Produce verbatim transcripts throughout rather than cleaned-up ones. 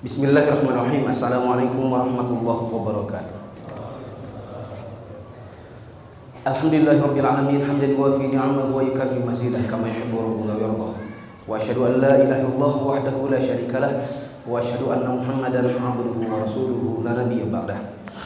Bismillahirrahmanirrahim. Assalamualaikum warahmatullahi wabarakatuh. Alhamdulillahirabbil alamin hamdan yuwafi ni'amahu wa yukafi mazidah kama yuhibbu rabbuna wa yardah. Wa asyhadu an la ilaha illallah wahdahu la syarikalah wa asyhadu anna Muhammadan abduhu wa rasuluhu la nabiyya ba'dah.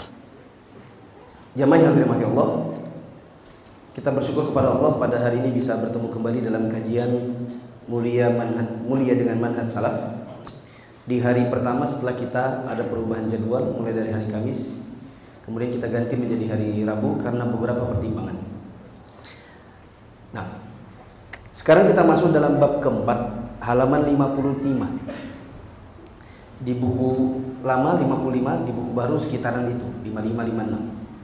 Jamaah yang dirahmati Allah, kita bersyukur kepada Allah pada hari ini bisa bertemu kembali dalam kajian mulia manhaj, mulia dengan manhaj salaf. Di hari pertama setelah kita ada perubahan jadwal mulai dari hari Kamis, kemudian kita ganti menjadi hari Rabu karena beberapa pertimbangan. Nah, sekarang kita masuk dalam bab keempat, halaman lima puluh lima. Di buku lama lima puluh lima, di buku baru sekitaran itu, lima puluh lima lima puluh enam.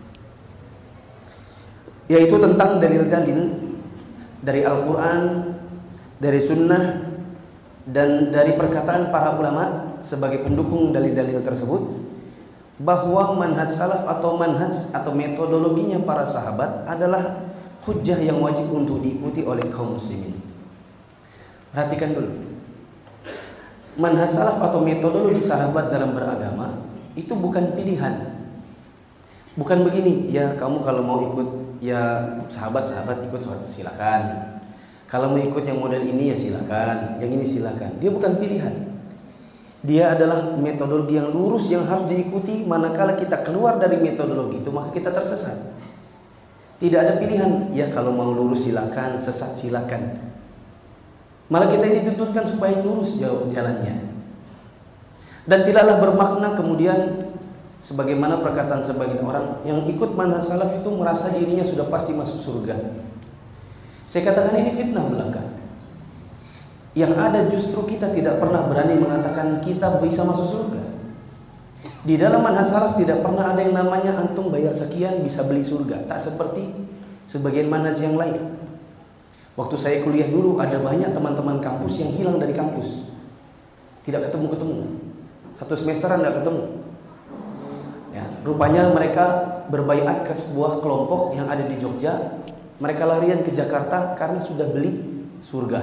Yaitu tentang dalil-dalil dari Al-Quran, dari Sunnah, dan dari perkataan para ulama sebagai pendukung dalil-dalil tersebut, bahwa manhaj salaf atau manhaj atau metodologinya para sahabat adalah hujjah yang wajib untuk diikuti oleh kaum muslimin. Perhatikan dulu, manhaj salaf atau metodologi sahabat dalam beragama itu bukan pilihan. Bukan begini, ya kamu kalau mau ikut ya sahabat-sahabat ikut silakan. Kalau mau ikut yang model ini ya silakan, yang ini silakan. Dia bukan pilihan. Dia adalah metodologi yang lurus yang harus diikuti. Manakala kita keluar dari metodologi itu maka kita tersesat. Tidak ada pilihan. Ya kalau mau lurus silakan, sesat silakan. Malah kita ini dituntutkan supaya lurus jalannya. Dan tidaklah bermakna kemudian sebagaimana perkataan sebagian orang yang ikut manhaj salaf itu merasa dirinya sudah pasti masuk surga. Saya katakan ini fitnah belaka. Yang ada justru kita tidak pernah berani mengatakan kita bisa masuk surga. Di dalam manhaj salaf tidak pernah ada yang namanya antum bayar sekian bisa beli surga. Tak seperti sebagian manhaj yang lain. Waktu saya kuliah dulu ada banyak teman-teman kampus yang hilang dari kampus. Tidak ketemu-ketemu. Satu semesteran tidak ketemu. Ya, rupanya mereka berbaiat ke sebuah kelompok yang ada di Jogja. Mereka larian ke Jakarta karena sudah beli surga.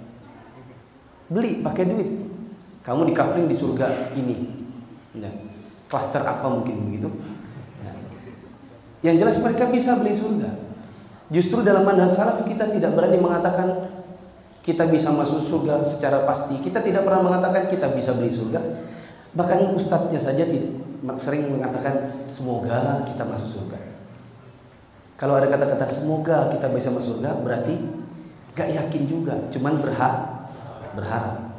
Beli pakai duit. Kamu di kafling di surga ini. Nah, klaster apa mungkin begitu? Nah, yang jelas mereka bisa beli surga. Justru dalam manhaj salaf kita tidak berani mengatakan kita bisa masuk surga secara pasti. Kita tidak pernah mengatakan kita bisa beli surga. Bahkan ustadznya saja sering mengatakan semoga kita masuk surga. Kalau ada kata-kata semoga kita bisa masuk surga, berarti gak yakin juga, cuman berharap. berharap.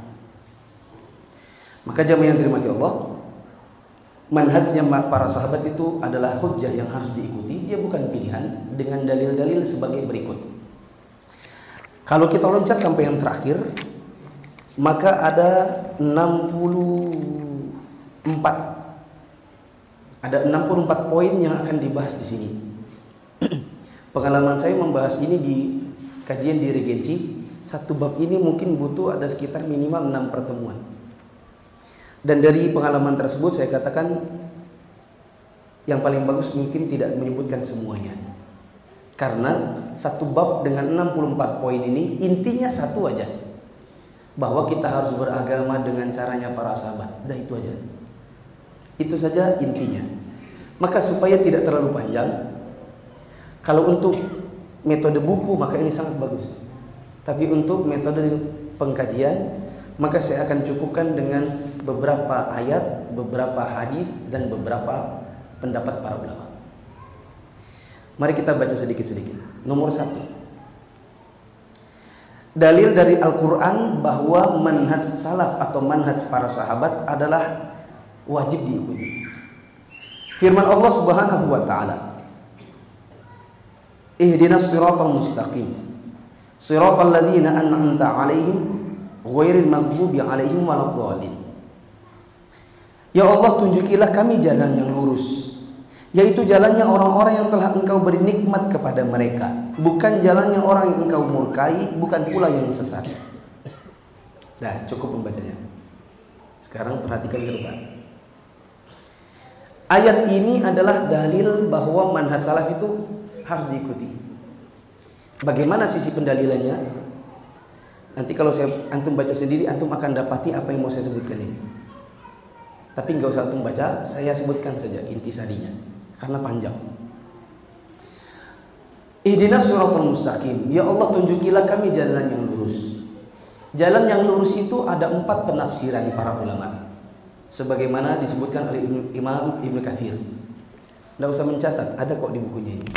Maka jamaah yang dirahmati Allah, manhajnya para sahabat itu adalah hujjah yang harus diikuti. Dia bukan pilihan, dengan dalil-dalil sebagai berikut. Kalau kita loncat sampai yang terakhir, maka ada enam puluh empat ada enam puluh empat poin yang akan dibahas di sini. Pengalaman saya membahas ini di kajian dirigensi, satu bab ini mungkin butuh ada sekitar minimal enam pertemuan. Dan dari pengalaman tersebut saya katakan yang paling bagus mungkin tidak menyebutkan semuanya. Karena satu bab dengan enam puluh empat poin ini intinya satu aja. Bahwa kita harus beragama dengan caranya para sahabat. Dah itu aja. Itu saja intinya. Maka supaya tidak terlalu panjang, kalau untuk metode buku maka ini sangat bagus. Tapi untuk metode pengkajian maka saya akan cukupkan dengan beberapa ayat, beberapa hadis dan beberapa pendapat para ulama. Mari kita baca sedikit-sedikit. Nomor satu, dalil dari Al-Quran bahwa manhaj salaf atau manhaj para sahabat adalah wajib diikuti. Firman Allah Subhanahu wa taala, ihdinas siratal mustaqim siratal ladzina an'amta 'alaihim ghairil maghdubi 'alaihim waladdallin. Ya Allah, tunjukilah kami jalan yang lurus, yaitu jalannya orang-orang yang telah Engkau beri nikmat kepada mereka, bukan jalannya orang yang Engkau murkai, bukan pula yang sesat. Dah, cukup membacanya. Sekarang perhatikan ke depan. Ayat ini adalah dalil bahwa manhaj salaf itu harus diikuti. Bagaimana sisi pendalilannya? Nanti kalau saya antum baca sendiri, antum akan dapati apa yang mau saya sebutkan ini. Tapi nggak usah antum baca, saya sebutkan saja intisarinya karena panjang. Ihdinas siratal mustaqim. Ya Allah, tunjukilah kami jalan yang lurus. Jalan yang lurus itu ada empat penafsiran para ulama, sebagaimana disebutkan oleh Imam Ibnu Katsir. Nggak usah mencatat, ada kok di bukunya ini.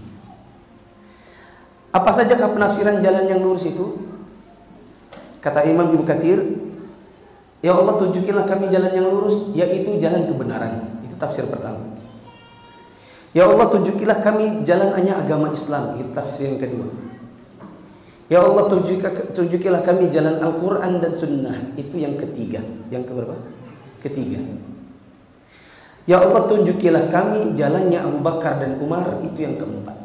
Apa saja penafsiran jalan yang lurus itu? Kata Imam Ibnu Katsir, ya Allah, tunjukilah kami jalan yang lurus, yaitu jalan kebenaran. Itu tafsir pertama. Ya Allah, tunjukilah kami jalan hanya agama Islam. Itu tafsir yang kedua. Ya Allah, tunjukilah kami jalan Al-Quran dan Sunnah. Itu yang ketiga. Yang keberapa? Ketiga. Ya Allah, tunjukilah kami jalannya Abu Bakar dan Umar. Itu yang keempat.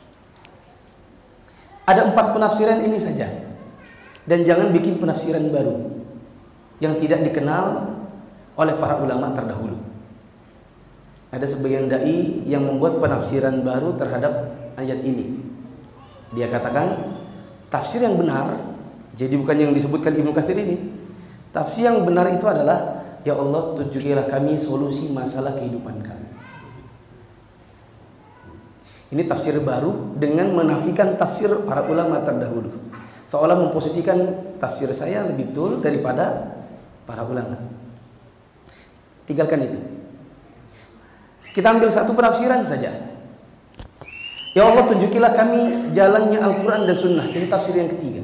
Ada empat penafsiran ini saja. Dan jangan bikin penafsiran baru yang tidak dikenal oleh para ulama terdahulu. Ada sebagian dai yang membuat penafsiran baru terhadap ayat ini. Dia katakan tafsir yang benar, jadi bukan yang disebutkan Ibnu Katsir ini. Tafsir yang benar itu adalah, ya Allah, tunjukilah kami solusi masalah kehidupan kami. Ini tafsir baru dengan menafikan tafsir para ulama terdahulu, seolah memposisikan tafsir saya lebih betul daripada para ulama. Tinggalkan itu. Kita ambil satu penafsiran saja. Ya Allah, tunjukilah kami jalannya Al-Quran dan Sunnah. Ini tafsir yang ketiga.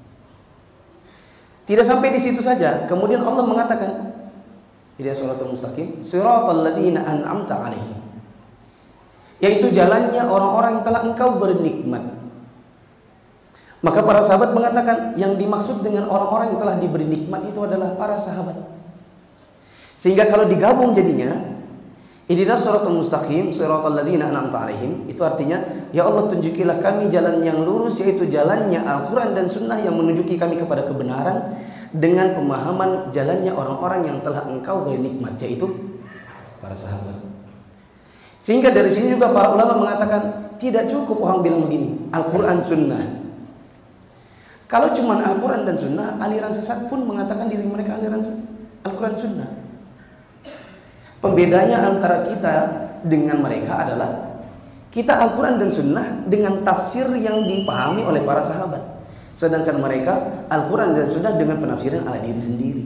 Tidak sampai di situ saja. Kemudian Allah mengatakan, Ihdinas siratal mustaqim, siratal ladzina an'amta 'alaihim. Yaitu jalannya orang-orang yang telah engkau bernikmat. Maka para sahabat mengatakan, yang dimaksud dengan orang-orang yang telah diberi nikmat itu adalah para sahabat. Sehingga kalau digabung jadinya, Ihdinas siratal mustaqim, siratal ladzina an'amta 'alaihim, itu artinya, ya Allah, tunjukilah kami jalan yang lurus, yaitu jalannya Al-Quran dan Sunnah yang menunjuki kami kepada kebenaran dengan pemahaman jalannya orang-orang yang telah engkau beri nikmat, yaitu para sahabat. Sehingga dari sini juga para ulama mengatakan, tidak cukup orang bilang begini, Al-Quran Sunnah. Kalau cuma Al-Quran dan Sunnah, aliran sesat pun mengatakan diri mereka aliran Al-Quran Sunnah. Pembedanya antara kita dengan mereka adalah kita Al-Quran dan Sunnah dengan tafsir yang dipahami oleh para sahabat, sedangkan mereka Al-Quran dan Sunnah dengan penafsiran ala diri sendiri.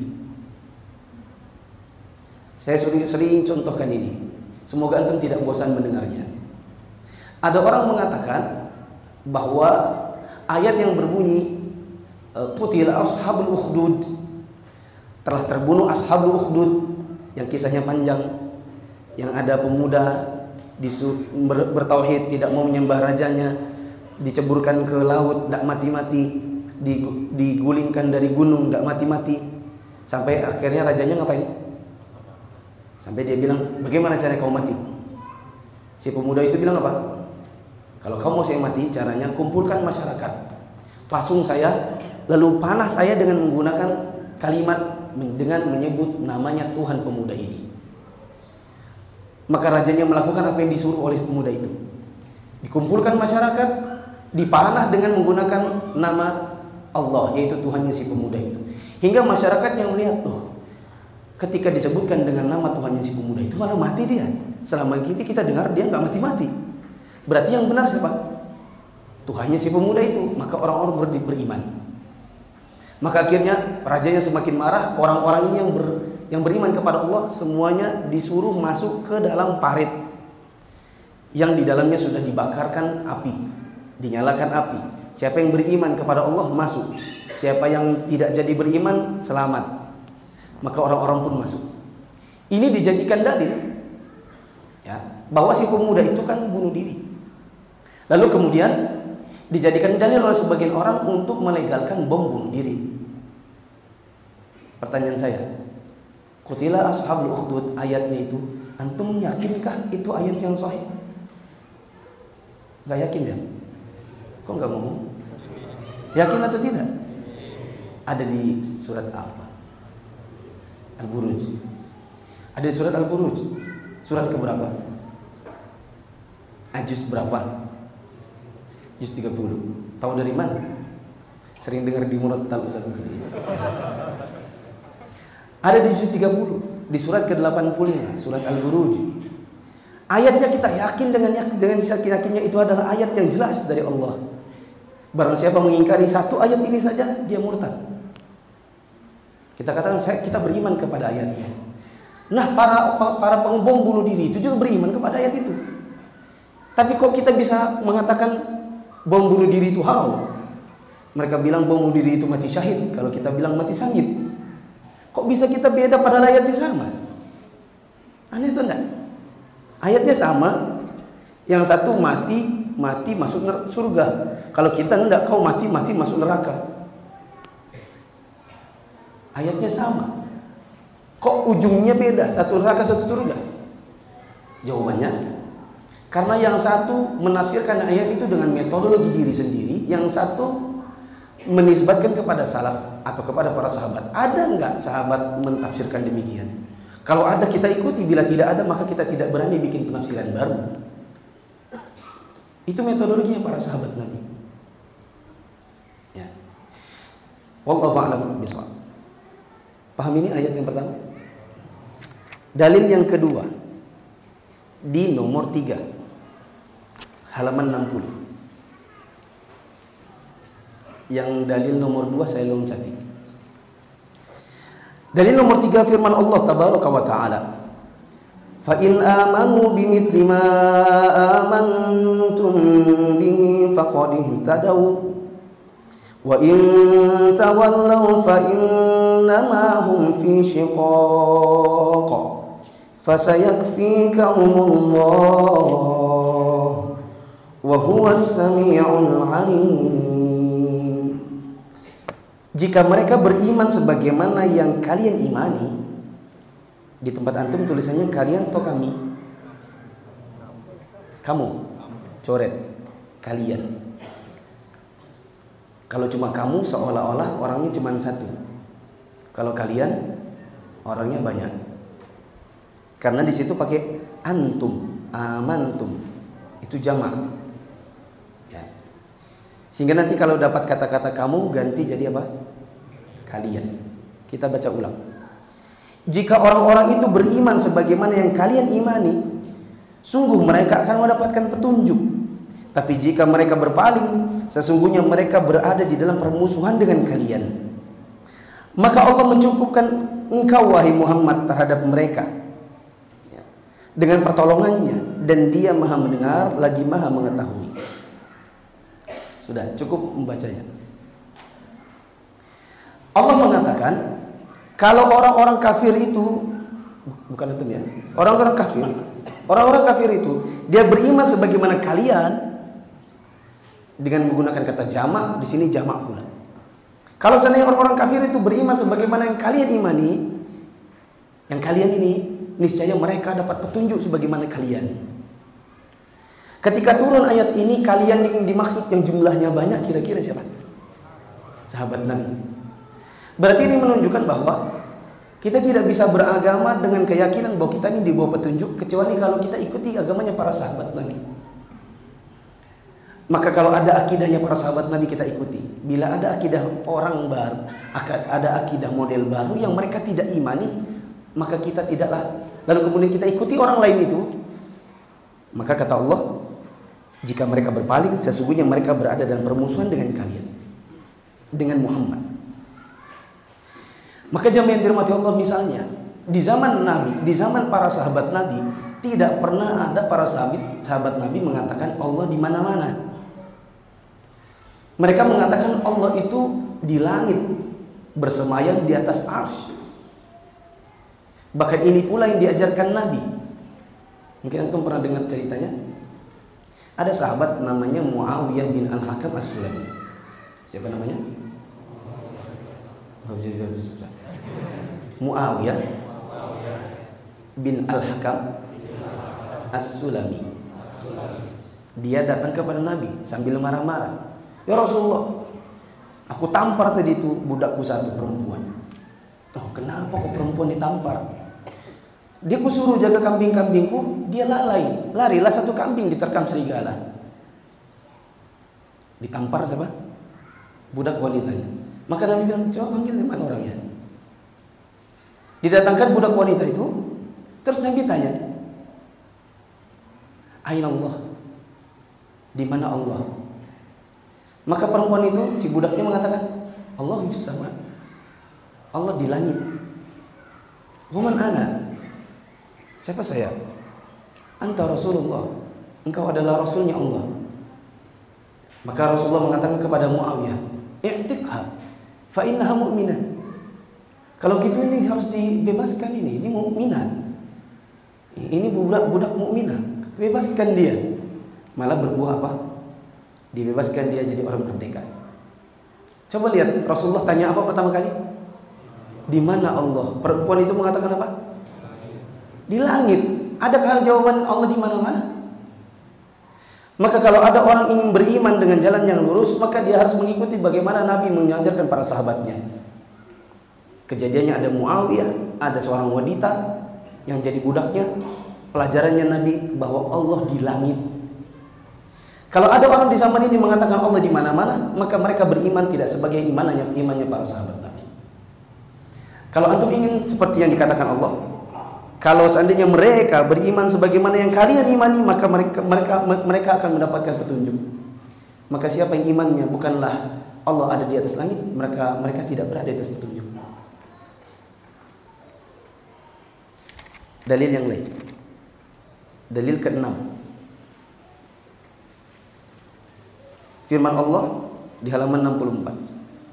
Saya sering-sering contohkan ini, semoga antum tidak bosan mendengarnya. Ada orang mengatakan bahwa ayat yang berbunyi qutila ashabul ukhdud, telah terbunuh ashabul ukhdud, yang kisahnya panjang, yang ada pemuda ber, bertauhid, tidak mau menyembah rajanya, diceburkan ke laut, tidak mati-mati, digulingkan dari gunung, tidak mati-mati, sampai akhirnya rajanya ngapain? Sampai dia bilang, bagaimana cara kau mati? Si pemuda itu bilang apa? Kalau kau mau saya mati, caranya kumpulkan masyarakat, pasung saya, lalu panah saya dengan menggunakan kalimat, dengan menyebut namanya Tuhan pemuda ini. Maka rajanya melakukan apa yang disuruh oleh pemuda itu. Dikumpulkan masyarakat, dipanah dengan menggunakan nama Allah, yaitu Tuhannya si pemuda itu. Hingga masyarakat yang melihat, tuh, ketika disebutkan dengan nama Tuhannya si pemuda itu malah mati dia. Selama ini kita dengar dia nggak mati-mati. Berarti yang benar siapa? Tuhannya si pemuda itu. Maka orang-orang ber beriman. Maka akhirnya rajanya semakin marah. Orang-orang ini yang ber, yang beriman kepada Allah semuanya disuruh masuk ke dalam parit yang di dalamnya sudah dibakarkan api, dinyalakan api. Siapa yang beriman kepada Allah masuk, siapa yang tidak jadi beriman selamat. Maka orang-orang pun masuk. Ini dijadikan dalil, ya, bahwa si pemuda itu kan bunuh diri. Lalu kemudian dijadikan dalil oleh sebagian orang untuk melegalkan bom bunuh diri. Pertanyaan saya, qutila ashabul ukhdud, ayatnya itu, antum yakinkah itu ayat yang sahih? Gak yakin ya? Kok gak ngomong? Yakin atau tidak? Ada di surat apa? Al-Buruj. Ada di surat Al-Buruj. Surat keberapa? Juz berapa? Juz tiga puluh. Tahu dari mana? Sering dengar di mulut Ustaz Mufli. Ada di juz tiga puluh. di surat ke delapan puluh lima, surat Al-Buruj. Ayatnya kita yakin dengan yakin dengan yakinnya itu adalah ayat yang jelas dari Allah. Barang siapa mengingkari satu ayat ini saja, dia murtad. Kita katakan kita beriman kepada ayatnya. Nah, para para pembom bunuh diri itu juga beriman kepada ayat itu. Tapi kok kita bisa mengatakan bom bunuh diri itu haram? Mereka bilang bom bunuh diri itu mati syahid. Kalau kita bilang mati sangit. Kok bisa kita beda padahal ayatnya sama? Aneh atau enggak? Ayatnya sama. Yang satu mati, mati masuk surga. Kalau kita enggak, kau mati, mati masuk neraka. Ayatnya sama. Kok ujungnya beda? Satu neraka, satu surga? Jawabannya, karena yang satu menafsirkan ayat itu dengan metodologi diri sendiri, yang satu menisbatkan kepada salaf atau kepada para sahabat. Ada enggak sahabat mentafsirkan demikian? Kalau ada kita ikuti, bila tidak ada maka kita tidak berani bikin penafsiran baru. Itu metodologinya para sahabat Nabi. Ya. Wallahu a'lam bishawab. Paham ini ayat yang pertama? Dalil yang kedua di nomor tiga, halaman enam puluh. Yang dalil nomor dua saya loncati. Dalil nomor tiga firman Allah tabaraka wa ta'ala, fa in amanu bimithli ma amantum bihi faqad ihtadaw wa in tawallaw fa innama hum fi shiqaq fasayakfikahumullah wa huwas sami'ul 'alim. Jika mereka beriman sebagaimana yang kalian imani, di tempat antum tulisannya kalian atau kami? Kamu, coret kalian. Kalau cuma kamu seolah-olah orangnya cuma satu. Kalau kalian orangnya banyak. Karena di situ pakai antum, amantum, itu jamak. Ya. Sehingga nanti kalau dapat kata-kata kamu ganti jadi apa? Kalian. Kita baca ulang. Jika orang-orang itu beriman sebagaimana yang kalian imani, sungguh mereka akan mendapatkan petunjuk. Tapi jika mereka berpaling, sesungguhnya mereka berada di dalam permusuhan dengan kalian. Maka Allah mencukupkan engkau wahai Muhammad terhadap mereka dengan pertolongannya, dan Dia Maha mendengar lagi Maha mengetahui. Sudah cukup membacanya. Allah mengatakan kalau orang-orang kafir itu, bukan itu ya, orang-orang kafir, orang-orang kafir itu dia beriman sebagaimana kalian dengan menggunakan kata jamak, di sini jamak pula. Kalau seandainya orang-orang kafir itu beriman sebagaimana yang kalian imani, yang kalian ini, niscaya mereka dapat petunjuk sebagaimana kalian. Ketika turun ayat ini, kalian yang dimaksud yang jumlahnya banyak kira-kira siapa? Sahabat Nabi. Berarti ini menunjukkan bahwa kita tidak bisa beragama dengan keyakinan bahwa kita ini dibawa petunjuk kecuali kalau kita ikuti agamanya para sahabat Nabi. Maka kalau ada akidahnya para sahabat Nabi kita ikuti. Bila ada akidah orang baru, ada akidah model baru yang mereka tidak imani, maka kita tidaklah, lalu kemudian kita ikuti orang lain itu, maka kata Allah, jika mereka berpaling, sesungguhnya mereka berada dalam permusuhan dengan kalian, dengan Muhammad. Maka jamaah yang dirahmati Allah, misalnya di zaman Nabi, di zaman para sahabat Nabi, tidak pernah ada para sahabat sahabat Nabi mengatakan Allah di mana-mana. Mereka mengatakan Allah itu di langit, bersemayam di atas arsy. Bahkan ini pula yang diajarkan Nabi. Mungkin antum pernah dengar ceritanya. Ada sahabat namanya Muawiyah bin Al-Hakam As-Sulami. Siapa namanya? Muawiyah bin Al-Hakam As-Sulami. Dia datang kepada Nabi sambil marah-marah. Ya Rasulullah, aku tampar tadi itu budakku satu perempuan. Oh, kenapa kok perempuan ditampar? Dia kusuruh jaga kambing-kambingku, dia lalai. Larilah satu kambing diterkam serigala. Ditampar siapa? Budak wanitanya. Maka Nabi bilang, coba panggil mana orangnya. Didatangkan budak wanita itu, terus Nabi tanya, Aina Allah? Di mana Allah? Maka perempuan itu, si budaknya mengatakan, Allah fis sama. Allah di langit. Waman ana? Siapa saya? Anta Rasulullah. Engkau adalah Rasulnya Allah. Maka Rasulullah mengatakan kepada Muawiyah, I'tiqha fa innaha mu'minah. Kalau gitu ini harus dibebaskan ini, ini mukminah. Ini budak-budak mukminah, bebaskan dia. Malah berbuah apa? Dibebaskan dia jadi orang merdeka. Coba lihat Rasulullah tanya apa pertama kali? Di mana Allah? Perempuan itu mengatakan apa? Di langit. Adakah jawaban Allah di mana-mana? Maka kalau ada orang ingin beriman dengan jalan yang lurus, maka dia harus mengikuti bagaimana Nabi mengajarkan para sahabatnya. Kejadiannya ada Muawiyah, ada seorang wanita yang jadi budaknya. Pelajarannya Nabi bahwa Allah di langit. Kalau ada orang di zaman ini mengatakan Allah di mana-mana, maka mereka beriman tidak sebagai imannya imannya para sahabat Nabi. Kalau antum ingin seperti yang dikatakan Allah, kalau seandainya mereka beriman sebagaimana yang kalian imani, maka mereka mereka mereka akan mendapatkan petunjuk. Maka siapa yang imannya bukanlah Allah ada di atas langit, mereka mereka tidak berada di atas petunjuk. Dalil yang lain. Dalil keenam. Firman Allah di halaman enam puluh empat.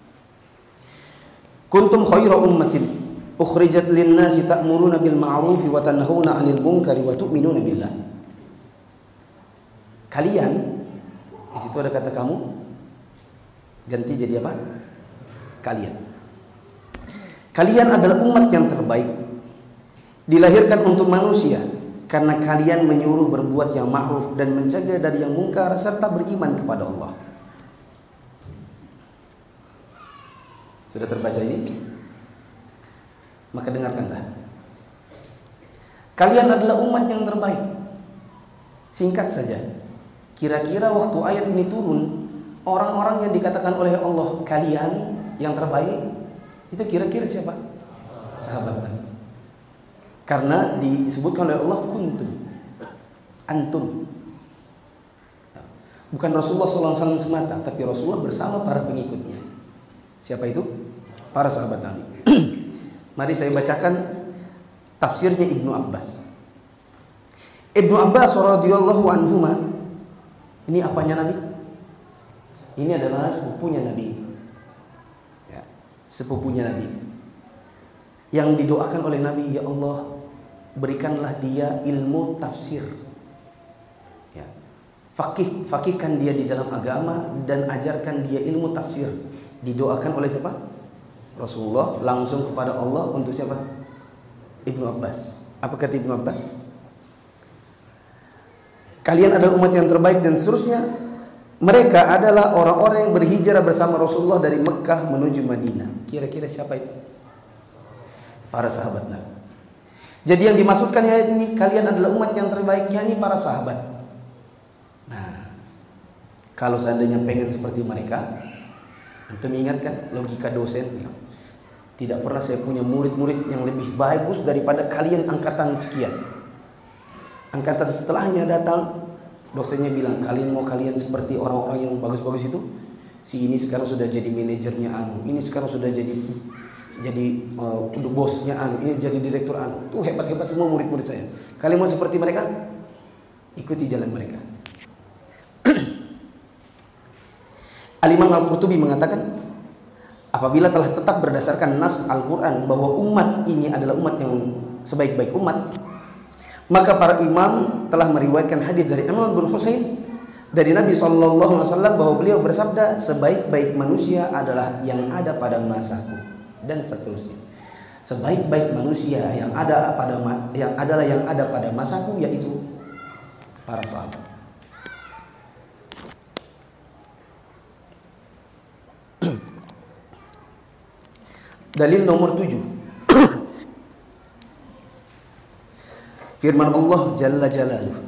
Kuntum khaira ummatin ukhrijat lin-nasi ta'muruna bil ma'ruf wa tanhauna 'anil munkari wa tu'minuna billah. Kalian, di situ ada kata kamu, ganti jadi apa? Kalian. Kalian adalah umat yang terbaik, dilahirkan untuk manusia karena kalian menyuruh berbuat yang ma'ruf dan mencegah dari yang mungkar serta beriman kepada Allah. Sudah terbaca ini? Maka dengarkanlah. Kalian adalah umat yang terbaik. Singkat saja. Kira-kira waktu ayat ini turun, orang-orang yang dikatakan oleh Allah kalian yang terbaik, itu kira-kira siapa? Sahabat Nabi. Karena disebutkan oleh Allah kuntum, antum. Bukan Rasulullah shallallahu alaihi wasallam semata, tapi Rasulullah bersama para pengikutnya. Siapa itu? Para sahabat Nabi. Mari saya bacakan tafsirnya Ibnu Abbas. Ibnu Abbas radhiyallahu anhuma, ini apanya Nabi? Ini adalah sepupunya Nabi. Ya, sepupunya Nabi. Yang didoakan oleh Nabi, ya Allah, berikanlah dia ilmu tafsir. Ya. Fakih, fakihkan dia di dalam agama dan ajarkan dia ilmu tafsir. Didoakan oleh siapa? Rasulullah langsung kepada Allah untuk siapa? Ibnu Abbas. Apa kata Ibnu Abbas? Kalian adalah umat yang terbaik dan seterusnya. Mereka adalah orang-orang yang berhijrah bersama Rasulullah dari Mekah menuju Madinah. Kira-kira siapa itu? Para sahabat Nabi. Jadi yang dimaksudkan ayat ini, kalian adalah umat yang terbaik, yakni para sahabat. Nah, kalau seandainya pengen seperti mereka, antum ingatkan logika dosen. Tidak pernah saya punya murid-murid yang lebih bagus daripada kalian angkatan sekian. Angkatan setelahnya datang, dosennya bilang, kalian mau kalian seperti orang-orang yang bagus-bagus itu? Si ini sekarang sudah jadi manajernya anu, ini sekarang sudah jadi jadi uh, bosnya anu, ini jadi direktur anu. Tuh hebat-hebat semua murid-murid saya. Kalian mau seperti mereka? Ikuti jalan mereka. Al-Imam Al-Qurtubi mengatakan, apabila telah tetap berdasarkan nas Al-Quran bahwa umat ini adalah umat yang sebaik-baik umat, maka para imam telah meriwayatkan hadis dari Imran bin Husain dari Nabi shallallahu alaihi wasallam bahwa beliau bersabda, sebaik-baik manusia adalah yang ada pada masaku, dan seterusnya. Sebaik-baik manusia yang ada pada yang adalah yang ada pada masaku, yaitu para sahabat. Dalil nomor tujuh. Firman Allah Jalla Jalaluhu,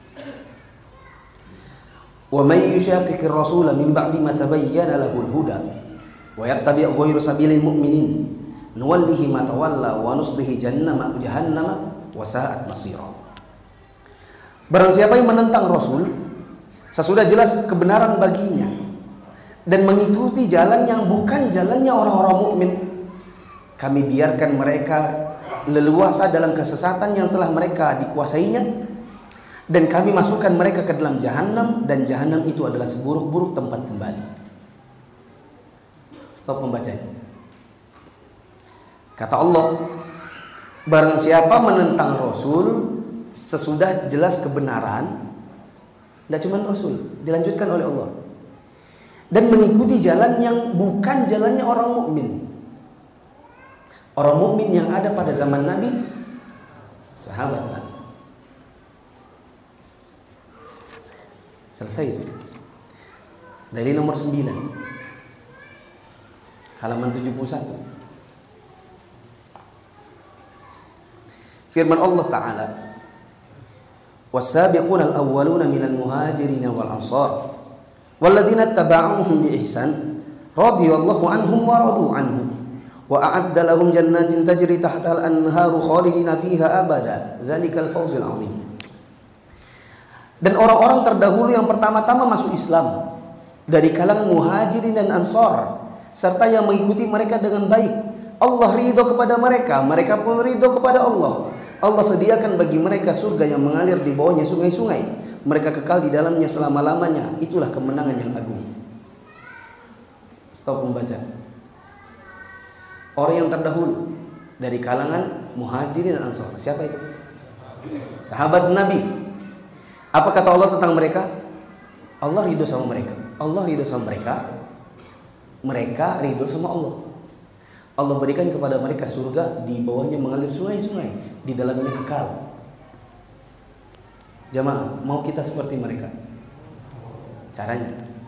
"Wa may yushaqiqir rasula min ba'di ma tabayyana lahul huda wa yattabi' ghayra sabilil mu'minin nuwallihi ma tawalla wa nuslihi jahannama jahannama wa sa'at masira. Barang siapa yang menentang Rasul sesudah jelas kebenaran baginya dan mengikuti jalan yang bukan jalannya orang-orang mukmin, kami biarkan mereka leluasa dalam kesesatan yang telah mereka dikuasainya, dan kami masukkan mereka ke dalam jahanam, dan jahanam itu adalah seburuk-buruk tempat kembali. Stop membacanya. Kata Allah, barang siapa menentang Rasul sesudah jelas kebenaran, tidak cuma Rasul, dilanjutkan oleh Allah, dan mengikuti jalan yang bukan jalannya orang mukmin. Orang mukmin yang ada pada zaman Nabi, sahabat Nabi. Selesai itu. Dalil nomor sembilan, halaman tujuh puluh satu. Firman Allah Ta'ala, was-sabiquna al-awwaluna minal muhajirin wal ansar walladzina ittaba'uuhum bi ihsan radhiyallahu anhum wa radu anhu wa a'adda lahum jannatin tajri tahtal anharu khalidina fiha abada dzalikal fawzul 'adzim. Dan orang-orang terdahulu yang pertama-tama masuk Islam dari kalangan muhajirin dan ansar serta yang mengikuti mereka dengan baik, Allah ridho kepada mereka, mereka pun ridho kepada Allah. Allah sediakan bagi mereka surga yang mengalir di bawahnya sungai-sungai, mereka kekal di dalamnya selama-lamanya. Itulah kemenangan yang agung. Stop membaca. Orang yang terdahulu dari kalangan muhajirin dan ansar, siapa itu? Sahabat Nabi. Apa kata Allah tentang mereka? Allah ridho sama mereka. Allah ridho sama mereka. Mereka ridho sama Allah. Allah berikan kepada mereka surga, di bawahnya mengalir sungai-sungai, di dalamnya kekal. Jamaah, mau kita seperti mereka? Caranya?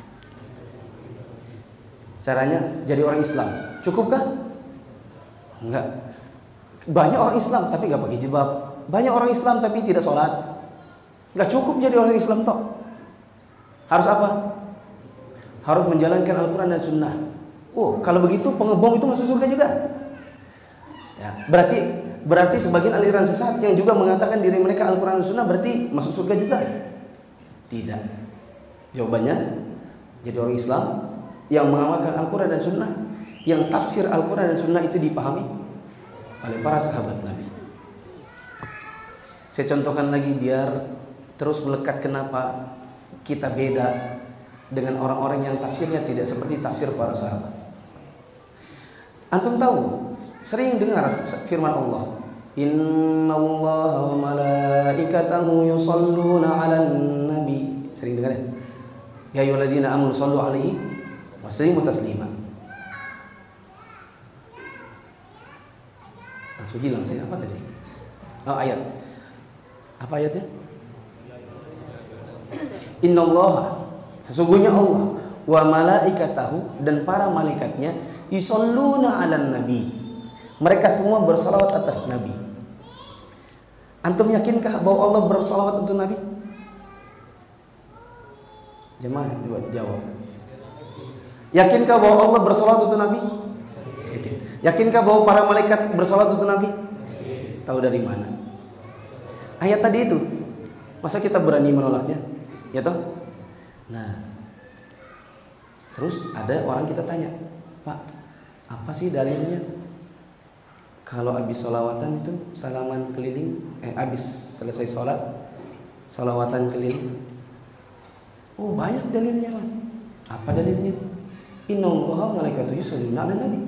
Caranya jadi orang Islam. Cukupkah? Enggak. Banyak orang Islam tapi enggak pakai jilbab. Banyak orang Islam tapi tidak sholat. Enggak cukup jadi orang Islam toh. Harus apa? Harus menjalankan Al-Quran dan Sunnah. Oh, kalau begitu pengebom itu masuk surga juga. Ya, berarti berarti sebagian aliran sesat yang juga mengatakan diri mereka Al-Quran dan Sunnah berarti masuk surga juga? Tidak. Jawabannya, jadi orang Islam yang mengamalkan Al-Quran dan Sunnah, yang tafsir Al-Quran dan Sunnah itu dipahami oleh para sahabat Nabi. Saya contohkan lagi biar terus melekat kenapa kita beda dengan orang-orang yang tafsirnya tidak seperti tafsir para sahabat. Antum tahu, sering dengar firman Allah, innallaha wa malaikatahu yusalluna 'alan nabi. Sering dengar ya? Ya ayyuhalladzina amanu shallu 'alaihi wa sallimu taslima. Langsung hilang saya, apa tadi? Oh, ayat. Apa ayatnya? Innallaha, sesungguhnya Allah, wa malaikatahu, dan para malaikatnya, yusalluna 'alan nabi, mereka semua bersalawat atas Nabi. Antum yakinkah bahwa Allah bersalawat untuk Nabi? Jemaah jawab. Yakinkah bahwa Allah bersalawat untuk Nabi? Yakin. Yakinkah bahwa para malaikat bersalawat untuk Nabi? Tahu dari mana? Ayat tadi itu. Masa kita berani menolaknya? Ya toh? Nah, terus ada orang kita tanya, Pak, apa sih dalilnya? Kalau habis sholawatan itu salaman keliling, eh habis selesai sholat sholawatan keliling. Oh, banyak dalilnya mas. Apa dalilnya? Innallaha malaikatuhu yusholluna 'alan nabi.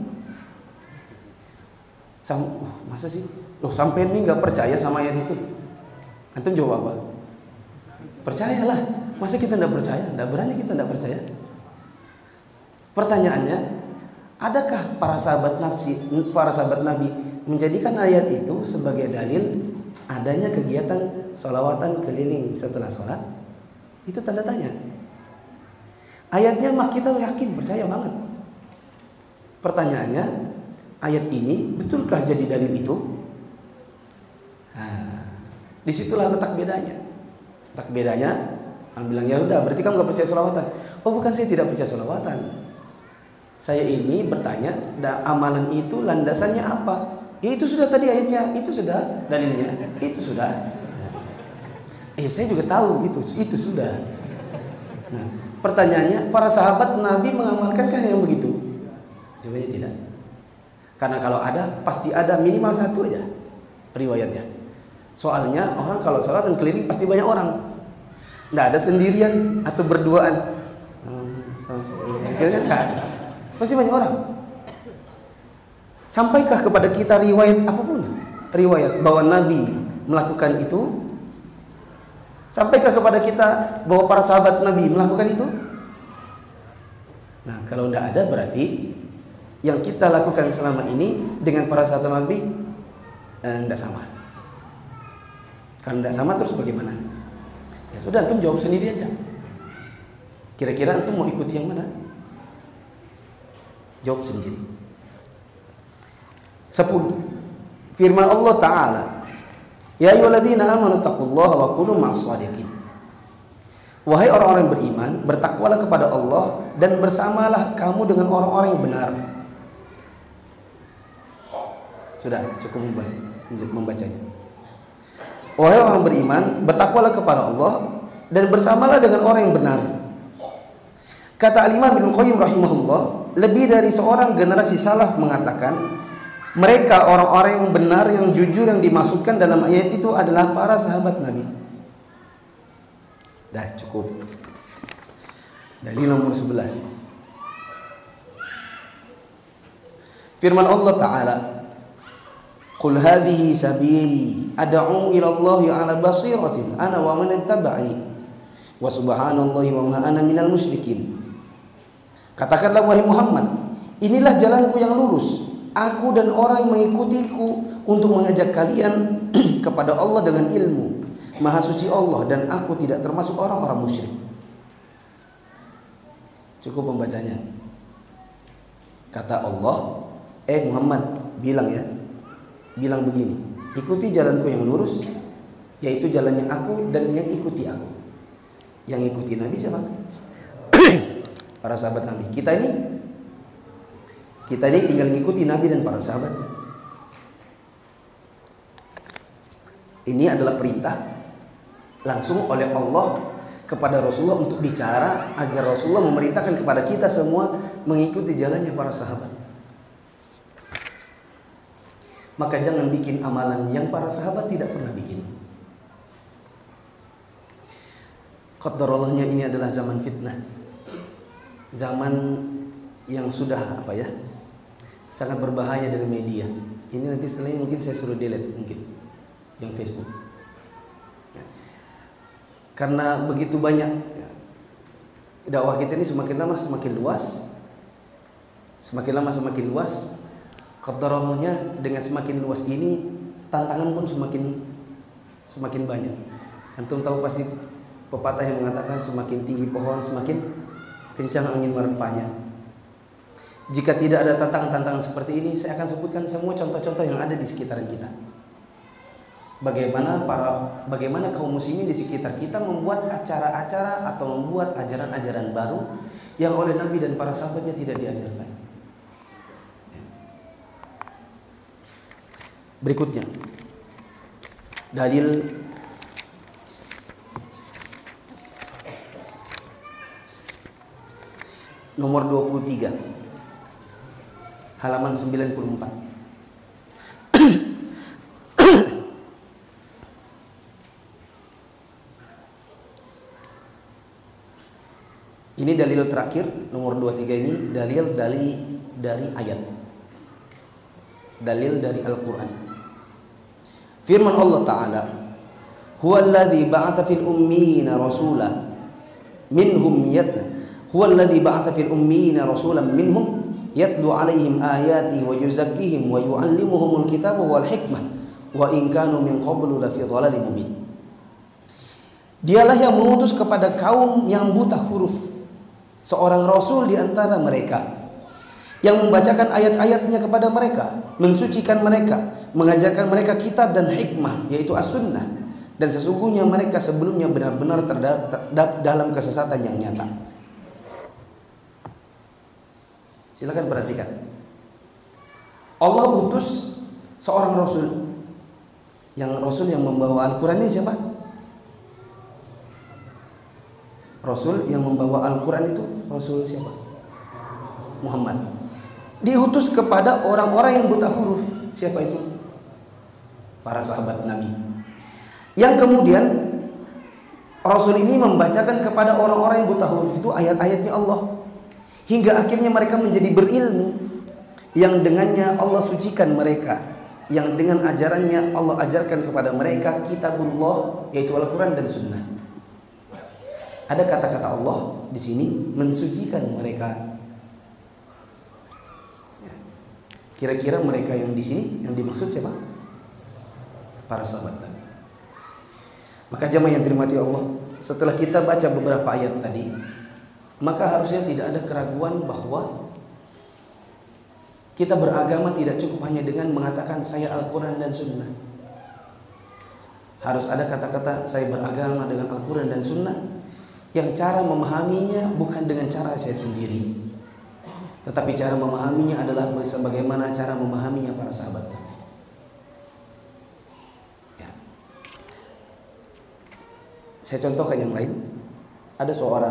Sam, oh, masa sih? Loh, sampai ini nggak percaya sama ayat itu? Antum jawab apa? Percayalah. Masa kita tidak percaya? Tidak berani kita tidak percaya. Pertanyaannya, adakah para sahabat nafsi, para sahabat Nabi menjadikan ayat itu sebagai dalil adanya kegiatan sholawatan keliling setelah sholat? Itu tanda tanya. Ayatnya mah kita yakin, percaya banget. Pertanyaannya, ayat ini betulkah jadi dalil itu? Nah, disitulah letak bedanya. Letak bedanya, orang bilang ya udah, berarti kamu nggak percaya sholawatan. Oh bukan, saya tidak percaya sholawatan. Saya ini bertanya, da, amalan itu landasannya apa? Ya, itu sudah tadi ayatnya, itu sudah dalilnya, itu sudah. Eh, saya juga tahu itu, itu sudah. Nah, pertanyaannya, para sahabat Nabi mengamalkankah yang begitu? Jawabannya tidak. Karena kalau ada, pasti ada minimal satu aja riwayatnya. Soalnya orang kalau sholat dan keliling pasti banyak orang. Nggak ada sendirian atau berduaan. Nggak ada. Pasti banyak orang. Sampaikah kepada kita riwayat apapun, riwayat bahwa Nabi melakukan itu? Sampaikah kepada kita bahwa para sahabat Nabi melakukan itu? Nah, kalau tidak ada berarti yang kita lakukan selama ini dengan para sahabat Nabi tidak eh, sama. Kalau tidak sama terus bagaimana? Ya sudah, antum jawab sendiri aja. Kira-kira antum mau ikuti yang mana? Jawab sendiri. Sepuluh. Firman Allah Ta'ala, ya ayyuhalladzina amanu taqullaha wa kunu ma'as shadiqin. Wahai orang-orang yang beriman, bertakwalah kepada Allah dan bersamalah kamu dengan orang-orang yang benar. Sudah cukup membacanya. Wahai orang beriman, bertakwalah kepada Allah dan bersamalah dengan orang yang benar. Kata Al-Imam Ibnu Qayyim rahimahullah, lebih dari seorang generasi salaf mengatakan, mereka orang-orang yang benar, yang jujur, yang dimaksudkan dalam ayat itu adalah para sahabat Nabi. Dah cukup. Dalil nomor sebelas. Firman Allah Ta'ala, Qul hadhihi sabili ad'u ila Allah ala basiratin ana wa man ittaba'ani wa subhanallahi wa ma ana minal musyrikin. Katakanlah wahai Muhammad, inilah jalanku yang lurus, aku dan orang yang mengikutiku untuk mengajak kalian kepada Allah dengan ilmu. Maha suci Allah dan aku tidak termasuk orang-orang musyrik. Cukup membacanya. Kata Allah, eh Muhammad, bilang ya, bilang begini, ikuti jalanku yang lurus, yaitu jalannya aku dan yang ikuti aku. Yang ikuti Nabi siapa? Para sahabat Nabi. Kita ini Kita ini tinggal ngikuti Nabi dan para sahabatnya. Ini adalah perintah langsung oleh Allah kepada Rasulullah untuk bicara agar Rasulullah memerintahkan kepada kita semua mengikuti jalannya para sahabat. Maka jangan bikin amalan yang para sahabat tidak pernah bikin. Qadarallahnya ini adalah zaman fitnah. Zaman yang sudah apa ya? Sangat berbahaya dari media. Ini nanti setelahnya mungkin saya suruh delete mungkin yang Facebook. Karena begitu banyak dakwah kita ini semakin lama semakin luas. Semakin lama semakin luas. Qadarallahnya dengan semakin luas ini tantangan pun semakin semakin banyak. Antum tahu pasti pepatah yang mengatakan semakin tinggi pohon semakin kencang angin merempanya. Jika tidak ada tantangan-tantangan seperti ini, saya akan sebutkan semua contoh-contoh yang ada di sekitaran kita. Bagaimana para, bagaimana kaum muslimin di sekitar kita membuat acara-acara atau membuat ajaran-ajaran baru yang oleh Nabi dan para sahabatnya tidak diajarkan. Berikutnya, dalil nomor dua puluh tiga. Halaman sembilan puluh empat. Ini dalil terakhir nomor dua puluh tiga ini dalil dari dari ayat. Dalil dari Al-Qur'an. Firman Allah Ta'ala, "Huwallazi ba'atsa fil ummiyina rasula minhum yatna huwallazi ba'atsa fil ummiyina rasulan minhum yatlu alaihim ayati wa yuzakkihim wa yu'allimuhumul kitaba wal hikmah wa in kanu min qablu lafi dhalalin mubin." Dialah yang mengutus kepada kaum yang buta huruf seorang rasul di antara mereka yang membacakan ayat-ayatnya kepada mereka, mensucikan mereka, mengajarkan mereka kitab dan hikmah yaitu as-sunnah, dan sesungguhnya mereka sebelumnya benar-benar terdapat dalam kesesatan yang nyata. Silakan perhatikan. Allah utus seorang rasul. Yang rasul yang membawa Al-Quran ini siapa? Rasul yang membawa Al-Quran itu Rasul siapa? Muhammad. Diutus kepada orang-orang yang buta huruf. Siapa itu? Para sahabat Nabi. Yang kemudian Rasul ini membacakan kepada orang-orang yang buta huruf itu ayat-ayatnya Allah, hingga akhirnya mereka menjadi berilmu, yang dengannya Allah sucikan mereka, yang dengan ajarannya Allah ajarkan kepada mereka kitabullah, yaitu Al-Quran dan Sunnah. Ada kata-kata Allah di sini mensucikan mereka. Kira-kira mereka yang di sini yang dimaksud siapa? Para sahabat Nabi. Maka jemaah yang dirahmati Allah, setelah kita baca beberapa ayat tadi, maka harusnya tidak ada keraguan bahwa kita beragama tidak cukup hanya dengan mengatakan saya Al-Quran dan Sunnah. Harus ada kata-kata saya beragama dengan Al-Quran dan Sunnah, yang cara memahaminya bukan dengan cara saya sendiri, tetapi cara memahaminya adalah sebagaimana cara memahaminya para sahabat Nabi. Ya. Saya contohkan yang lain. Ada seorang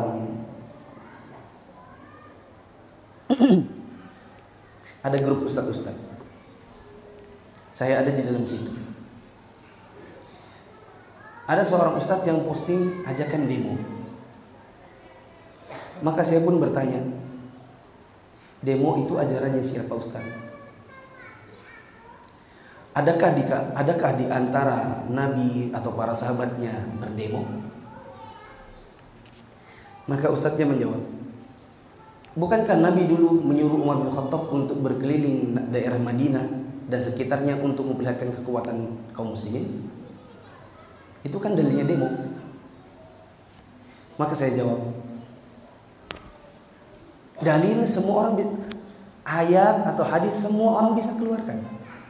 ada grup ustaz-ustaz. Saya ada di dalam situ. Ada seorang ustaz yang posting ajakan demo. Maka saya pun bertanya, demo itu ajarannya siapa ustaz? Adakah di, adakah di antara Nabi atau para sahabatnya berdemo? Maka ustaznya menjawab, bukankah Nabi dulu menyuruh Umar bin Khattab untuk berkeliling daerah Madinah dan sekitarnya untuk memperlihatkan kekuatan kaum muslimin? Itu kan dalilnya demo. Maka saya jawab, dalil semua orang, ayat atau hadis semua orang bisa keluarkan.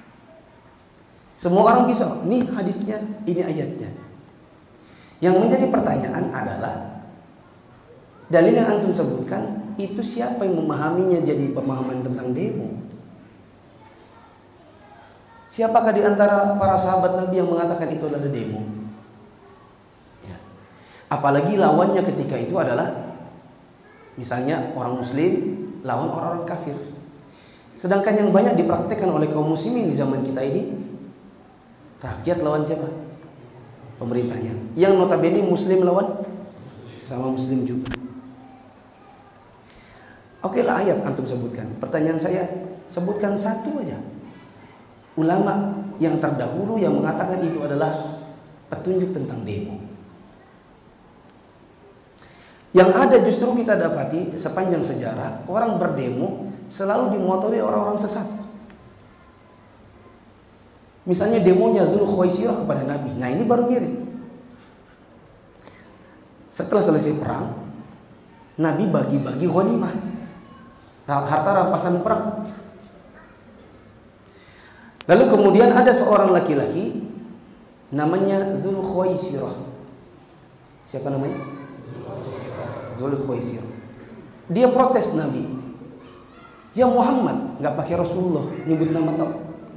Semua orang bisa, nih hadisnya, ini ayatnya. Yang menjadi pertanyaan adalah, dalil yang antum sebutkan itu siapa yang memahaminya jadi pemahaman tentang demo? Siapakah di antara para sahabat Nabi yang mengatakan itu adalah demo? Ya. Apalagi lawannya ketika itu adalah misalnya orang muslim lawan orang-orang kafir. Sedangkan yang banyak dipraktekkan oleh kaum muslimin di zaman kita ini, rakyat lawan siapa? Pemerintahnya. Yang notabene muslim lawan sesama muslim juga. Oke lah, ayat antum sebutkan. Pertanyaan saya, sebutkan satu aja ulama yang terdahulu yang mengatakan itu adalah petunjuk tentang demo. Yang ada justru kita dapati sepanjang sejarah, orang berdemo selalu dimotori orang-orang sesat. Misalnya demonya Dzulkhuwaisirah kepada Nabi. Nah ini baru mirip. Setelah selesai perang, Nabi bagi-bagi ghanimah, harta rampasan perang. Lalu kemudian ada seorang laki-laki namanya Dzulkhuwaisirah. Siapa namanya? Dzulkhuwaisirah. Dia protes Nabi. Ya Muhammad, nggak pakai Rasulullah, nyebut nama tau.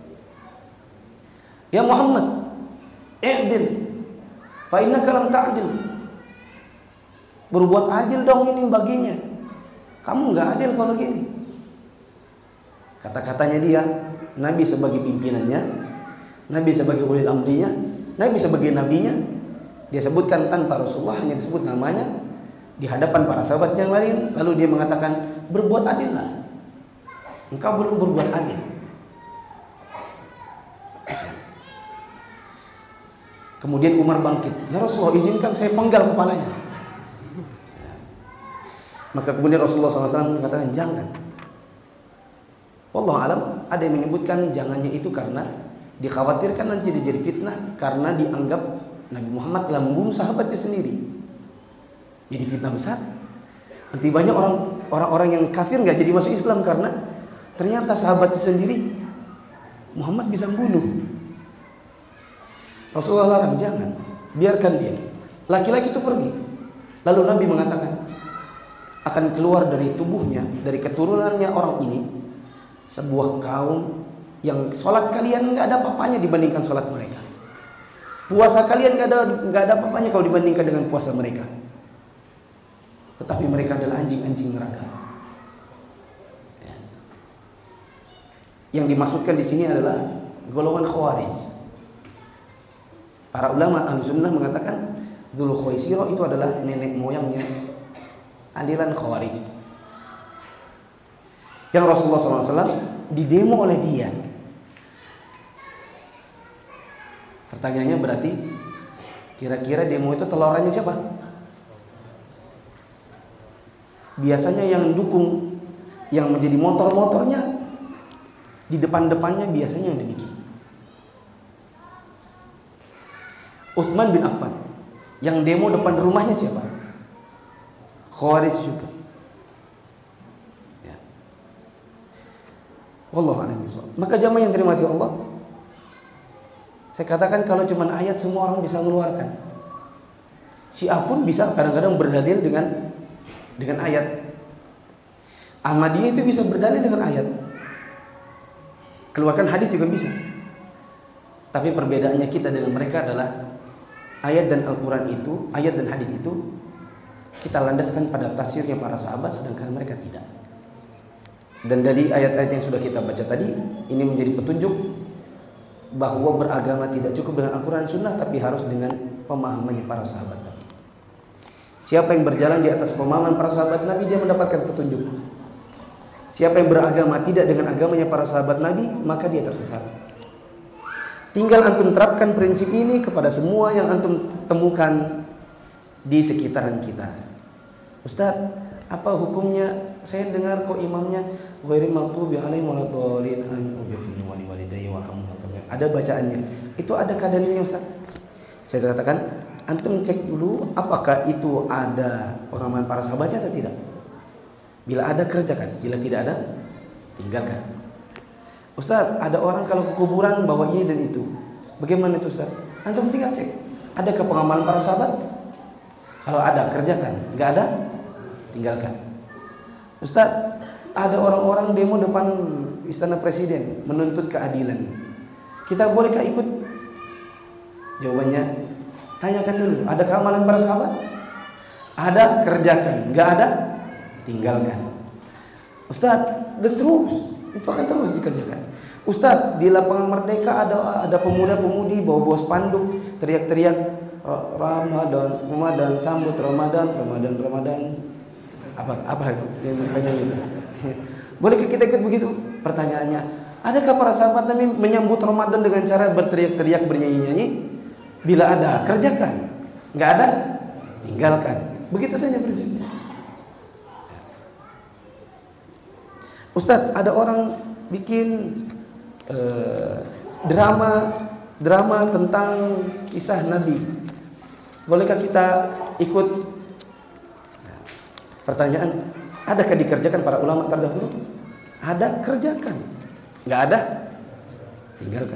Ya Muhammad, i'dil, fa innaka lam ta'dil. Berbuat adil dong ini baginya. Kamu nggak adil kalau gini. Kata-katanya dia, Nabi sebagai pimpinannya, Nabi sebagai ulil amrinya, Nabi sebagai nabinya, dia sebutkan tanpa Rasulullah, hanya disebut namanya di hadapan para sahabat yang lain. Lalu dia mengatakan, berbuat adillah. Engkau belum berbuat adil. Kemudian Umar bangkit, ya Rasulullah izinkan saya penggal kepalanya. Maka kemudian Rasulullah shallallahu alaihi wasallam mengatakan jangan. Wallahu alam, ada yang menyebutkan jangannya itu karena dikhawatirkan nanti jadi fitnah, karena dianggap Nabi Muhammad telah membunuh sahabatnya sendiri. Jadi fitnah besar. Nanti banyak orang orang-orang yang kafir nggak jadi masuk Islam karena ternyata sahabatnya sendiri Muhammad bisa membunuh. Rasulullah larang, jangan, biarkan dia. Laki-laki itu pergi. Lalu Nabi mengatakan, akan keluar dari tubuhnya, dari keturunannya orang ini, sebuah kaum yang sholat kalian nggak ada apa-apanya dibandingkan sholat mereka. Puasa kalian nggak ada nggak ada apa-apanya kalau dibandingkan dengan puasa mereka. Tetapi mereka adalah anjing-anjing neraka. Ya. Yang dimaksudkan di sini adalah golongan Khawarij. Para ulama Ahlussunnah mengatakan Dzulkhuwaisirah itu adalah nenek moyangnya aliran Khawarij, yang Rasulullah shallallahu alaihi wasallam didemo oleh dia. Pertanyaannya berarti kira-kira demo itu telorannya siapa? Biasanya yang dukung, yang menjadi motor-motornya di depan-depannya biasanya yang demikian. Utsman bin Affan, yang demo depan rumahnya siapa? Khawarij juga. Ya. Wallahu a'lam bishawab. Maka jamaah yang dirahmati Allah, saya katakan kalau cuma ayat semua orang bisa mengeluarkan. Syiah pun bisa kadang-kadang berdalil dengan dengan ayat. Ahmadiyah itu bisa berdalil dengan ayat. Keluarkan hadis juga bisa. Tapi perbedaannya kita dengan mereka adalah ayat dan Al-Quran itu, ayat dan hadis itu kita landaskan pada tafsirnya para sahabat, sedangkan mereka tidak. Dan dari ayat-ayat yang sudah kita baca tadi, ini menjadi petunjuk bahwa beragama tidak cukup dengan Al-Quran Sunnah, tapi harus dengan pemahamannya para sahabat. Siapa yang berjalan di atas pemahaman para sahabat Nabi, dia mendapatkan petunjuk. Siapa yang beragama tidak dengan agamanya para sahabat Nabi, maka dia tersesat. Tinggal antum terapkan prinsip ini kepada semua yang antum temukan di sekitaran kita. Ustadz, apa hukumnya? Saya dengar kok imamnya ghairil maghdubi alaihim waladdallin, amin wa li walidayya warhamhum. Ada bacaannya. Itu ada dalilnya, Ustaz? Saya katakan, antum cek dulu apakah itu ada pengamalan para sahabatnya atau tidak. Bila ada, kerjakan. Bila tidak ada, tinggalkan. Ustaz, ada orang kalau ke kuburan bawa ini dan itu. Bagaimana itu, Ustaz? Antum tinggal cek. Adakah pengamalan para sahabat? Kalau ada, kerjakan. Enggak ada, tinggalkan. Ustaz, ada orang-orang demo depan istana presiden menuntut keadilan. Kita bolehkah ikut? Jawabannya, tanyakan dulu. Ada keamanan para sahabat? Ada, kerjakan. Enggak ada, tinggalkan. Ustaz, dan terus itu akan terus dikerjakan. Ustaz, di lapangan Merdeka ada ada pemuda-pemudi bawa-bawa spanduk, teriak-teriak Ramadan, Ramadan, sambut Ramadan, Ramadan, Ramadan. Apa apa yang mereka itu? Bolehkah kita ikut begitu? Pertanyaannya, adakah para sahabat Nabi menyambut Ramadan dengan cara berteriak-teriak, bernyanyi-nyanyi? Bila ada, kerjakan. Enggak ada, tinggalkan. Begitu saja prinsipnya. Ustadz, ada orang bikin uh, drama drama tentang kisah Nabi. Bolehkah kita ikut? Pertanyaan, adakah dikerjakan para ulama terdahulu? Ada, kerjakan. Nggak ada, tinggalkan.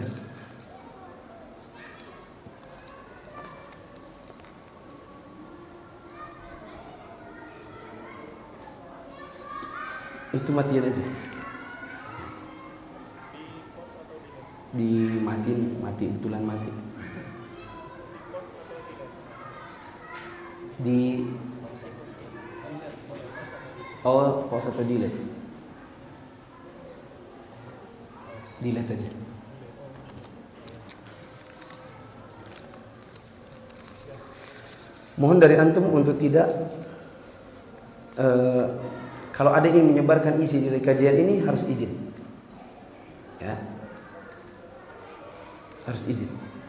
Itu matiin aja. Dimatiin, mati, betulan mati. Di oh, pause atau delete? Delete aja. Mohon dari antum untuk tidak uh, kalau ada yang menyebarkan isi dari kajian ini harus izin. Ya. Harus izin.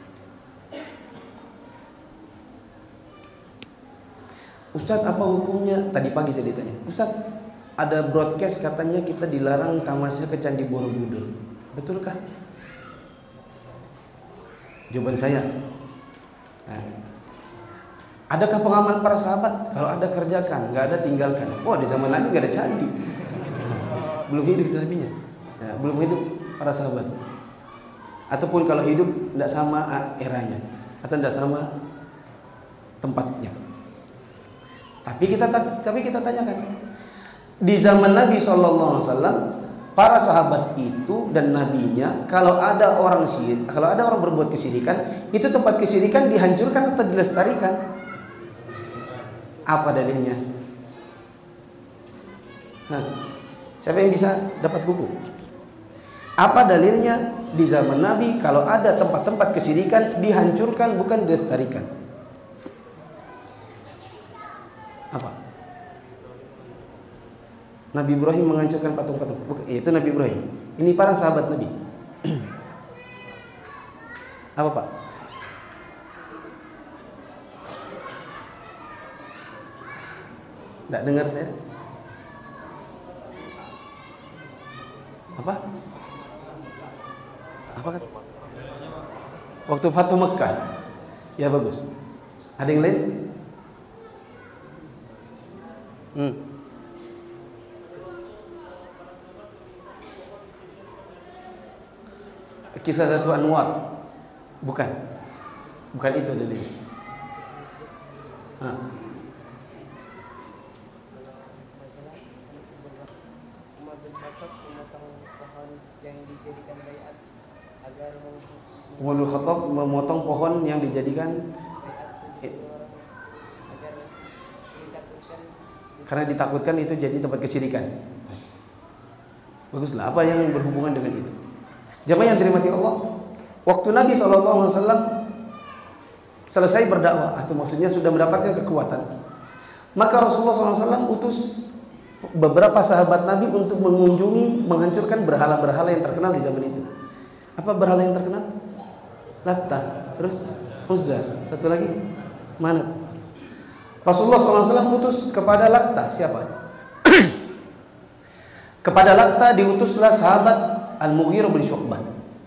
Ustadz, apa hukumnya? Tadi pagi saya ditanya, Ustadz, ada broadcast katanya kita dilarang tamasya ke Candi Borobudur. Betulkah? Jawaban saya, nah, adakah pengamalan para sahabat? Kalau ada, kerjakan. Nggak ada, tinggalkan. Wah, di zaman Nabi nggak ada candi. Belum hidup Nabinya. Nah, belum hidup para sahabat. Ataupun kalau hidup tidak sama eranya atau tidak sama tempatnya. Tapi kita tapi kita tanyakan, Di zaman Nabi shallallahu alaihi wasallam, para sahabat itu dan nabinya, kalau ada orang syirik, kalau ada orang berbuat kesyirikan, itu tempat kesyirikan dihancurkan atau dilestarikan. Apa dalilnya? Nah, siapa yang bisa dapat buku? Apa dalilnya di zaman Nabi kalau ada tempat-tempat kesyirikan dihancurkan bukan dilestarikan? Apa? Nabi Ibrahim menghancurkan patung-patung. Bukan, itu Nabi Ibrahim. Ini para sahabat Nabi. Apa, Pak? Tidak dengar saya? Apa? Apa kan? Waktu Fatuh Mekkah. Ya bagus. Ada yang lain? Hmm. Kisah Satu Anwar. Bukan. Bukan itu dalil. Ah. Umar bin Khattab memotong pohon yang dijadikan karena ditakutkan itu jadi tempat kesyirikan. Baguslah, apa yang berhubungan dengan itu? Jamaah yang dirahmati Allah, waktu Nabi shallallahu alaihi wasallam selesai berdakwah, atau maksudnya sudah mendapatkan kekuatan, maka Rasulullah shallallahu alaihi wasallam utus beberapa sahabat Nabi untuk mengunjungi, menghancurkan berhala-berhala yang terkenal di zaman itu. Apa berhala yang terkenal? Latta, terus Uzza, satu lagi Manat. Rasulullah shallallahu alaihi wasallam utus kepada Latta, siapa? Kepada Latta diutuslah sahabat Al-Mughirah bin Syu'bah.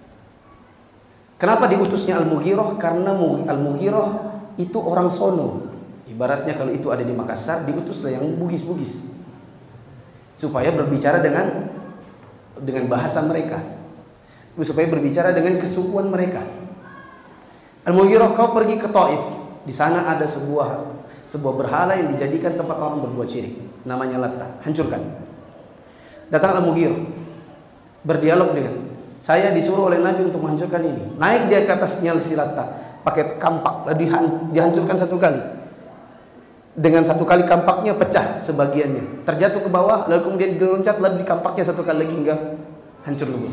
Kenapa diutusnya Al-Mughirah? Karena Al-Mughirah itu orang sono. Ibaratnya kalau itu ada di Makassar, diutuslah yang bugis-bugis, supaya berbicara dengan dengan bahasa mereka, supaya berbicara dengan kesukuan mereka. Al-Mughirah, kau pergi ke Taif. Di sana ada sebuah sebuah berhala yang dijadikan tempat orang berbuat syirik, namanya Latta. Hancurkan. Datang Al-Mughirah, berdialog dengan, saya disuruh oleh Nabi untuk menghancurkan ini. Naik dia ke atasnya si Latta, pakai kampak, dihancurkan satu kali. Dengan satu kali kampaknya pecah sebagiannya, terjatuh ke bawah, lalu kemudian diloncat lalu di kampaknya satu kali lagi hingga hancur lebur.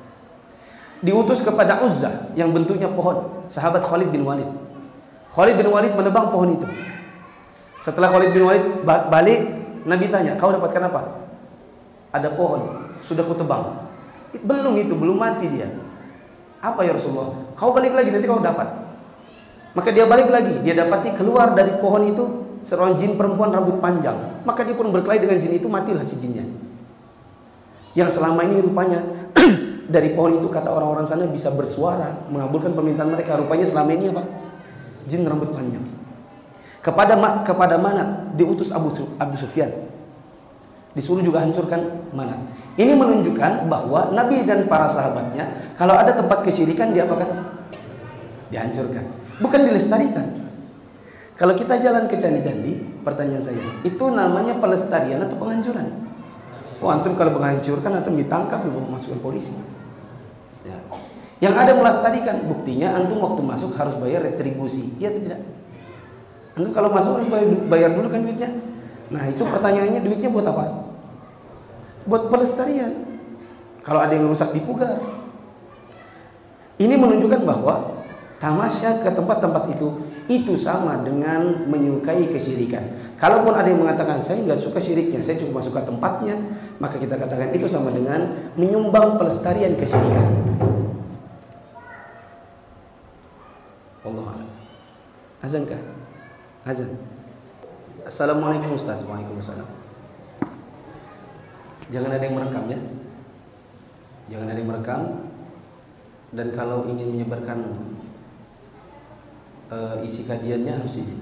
Diutus kepada Uzza yang bentuknya pohon, sahabat Khalid bin Walid. Khalid bin Walid menebang pohon itu. Setelah Khalid bin Walid balik, Nabi tanya, kau dapatkan apa? Ada pohon, sudah kutebang. Belum itu, belum mati dia. Apa ya Rasulullah? Kau balik lagi, nanti kau dapat. Maka dia balik lagi, dia dapati keluar dari pohon itu seorang jin perempuan rambut panjang. Maka dia pun berkelahi dengan jin itu, matilah si jinnya. Yang selama ini rupanya dari pohon itu, kata orang-orang sana, bisa bersuara, mengabulkan permintaan mereka. Rupanya selama ini apa? Jin rambut panjang. Kepada kepada Manat diutus Abu Abu Sufyan, disuruh juga hancurkan Manat. Ini menunjukkan bahwa Nabi dan para sahabatnya, kalau ada tempat kesyirikan, diapakan? Dihancurkan, bukan dilestarikan. Kalau kita jalan ke candi-candi, pertanyaan saya, itu namanya pelestarian atau penghancuran? Oh, antum kalau menghancurkan, antum ditangkap, dimasukkan polisi. Ya. Yang ada melestarikan, buktinya antum waktu masuk harus bayar retribusi, iya atau tidak? Antum kalau masuk harus bayar, bayar dulu kan duitnya. Nah itu pertanyaannya, duitnya buat apa? Buat pelestarian. Kalau ada yang rusak dipugar. Ini menunjukkan bahwa tamasya ke tempat-tempat itu, itu sama dengan menyukai kesyirikan. Kalaupun ada yang mengatakan saya nggak suka syiriknya, saya cuma suka tempatnya, maka kita katakan itu sama dengan menyumbang pelestarian kesyirikan. Allah. Azan kah? Azan. Assalamualaikum Ustaz. Waalaikumsalam. Jangan ada yang merekam ya. Jangan ada yang merekam. Dan kalau ingin menyebarkan uh, isi kajiannya harus izin.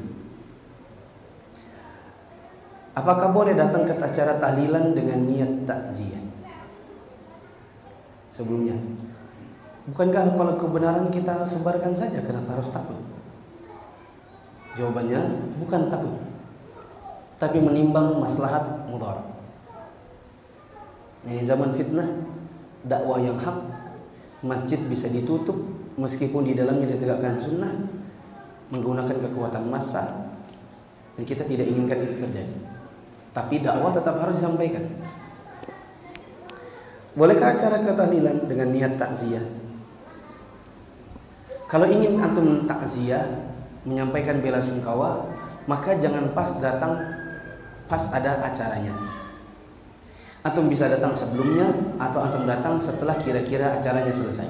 Apakah boleh datang ke acara tahlilan dengan niat takziah? Sebelumnya, bukankah kalau kebenaran kita sebarkan saja, kenapa harus takut? Jawabannya bukan takut, tapi menimbang maslahat mudarat. Ini zaman fitnah, dakwah yang hak, masjid bisa ditutup meskipun di dalamnya ditegakkan sunnah, menggunakan kekuatan massa, dan kita tidak inginkan itu terjadi. Tapi dakwah tetap harus disampaikan. Bolehkah acara ketahlilan dengan niat takziah? Kalau ingin antum takziah, menyampaikan bela sungkawa, maka jangan pas datang pas ada acaranya. Antum bisa datang sebelumnya atau antum datang setelah kira-kira acaranya selesai.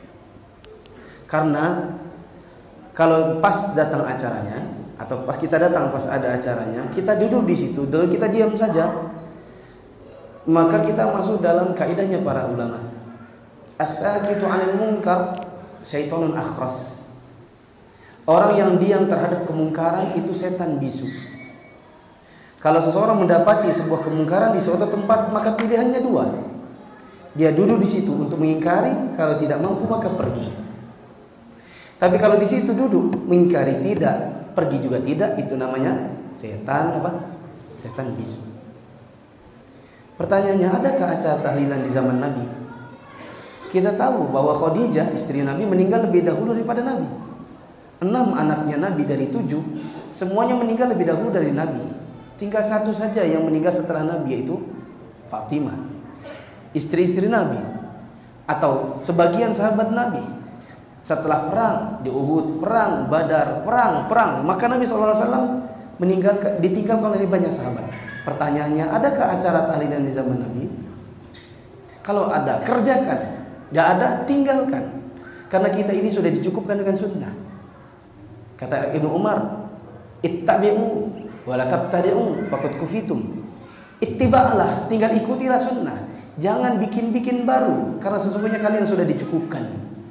Karena kalau pas datang acaranya atau pas kita datang pas ada acaranya, kita duduk di situ, dulu kita diam saja, maka kita masuk dalam kaidahnya para ulama. As-sakitu 'anil munkar syaitonun akhras. Orang yang diam terhadap kemungkaran itu setan bisu. Kalau seseorang mendapati sebuah kemungkaran di suatu tempat, maka pilihannya dua. Dia duduk di situ untuk mengingkari, kalau tidak mampu maka pergi. Tapi kalau di situ duduk mengingkari tidak, pergi juga tidak, itu namanya setan apa? Setan bisu. Pertanyaannya, adakah acara tahlilan di zaman Nabi? Kita tahu bahwa Khadijah istri Nabi meninggal lebih dahulu daripada Nabi. Enam anaknya Nabi dari tujuh, semuanya meninggal lebih dahulu dari Nabi. Tinggal satu saja yang meninggal setelah Nabi, yaitu Fatimah, istri-istri Nabi atau sebagian sahabat Nabi. Setelah perang di Uhud, perang Badar, perang, perang, maka Nabi shallallahu alaihi wasallam meninggal, ditinggalkan oleh banyak sahabat. Pertanyaannya, adakah acara tahlilan di zaman Nabi? Kalau ada, kerjakan. Tidak ada, tinggalkan. Karena kita ini sudah dicukupkan dengan sunnah. Kata Ibnu Umar, ittabi'u wala tabtadi'u faqad kufitum. Ittiba'lah, tinggal ikutilah sunnah. Jangan bikin-bikin baru, karena sesungguhnya kalian sudah dicukupkan.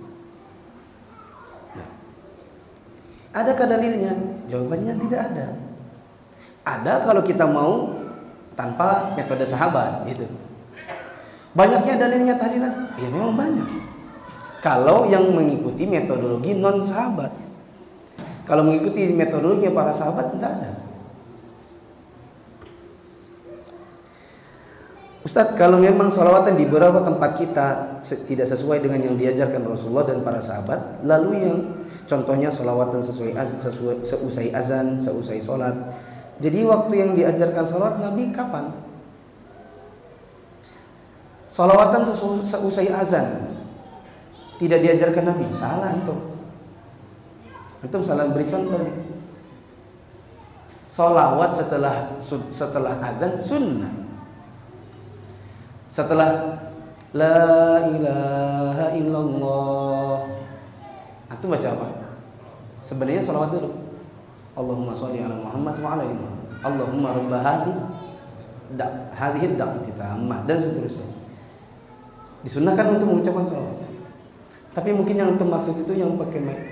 Nah, adakah dalilnya? Jawabannya tidak ada. Ada kalau kita mau tanpa metode sahabat, itu. Banyaknya dalilnya tahlilan? Ya memang banyak. Kalau yang mengikuti metodologi non sahabat, kalau mengikuti metodologi para sahabat tidak ada. Ustadz, kalau memang sholawatan di beberapa tempat kita tidak sesuai dengan yang diajarkan Rasulullah dan para sahabat, lalu yang contohnya sholawatan sesuai azan, sesuai seusai azan, seusai sholat. Jadi waktu yang diajarkan sholat Nabi kapan? Sholawatan sesu, seusai azan tidak diajarkan Nabi, salah antum. Antum salah beri contoh nih. Sholawat setelah setelah azan sunnah. Setelah la ilaha illallah, antum baca apa? Sebenarnya sholawat dulu. Allahumma sholli ala Muhammad wa ala ali Muhammad. Allahumma rabb hadhihi da hadhihi da'wati tammah dan seterusnya. Disunahkan untuk mengucapkan sholawat. Tapi mungkin yang antum maksud itu yang pakai mic.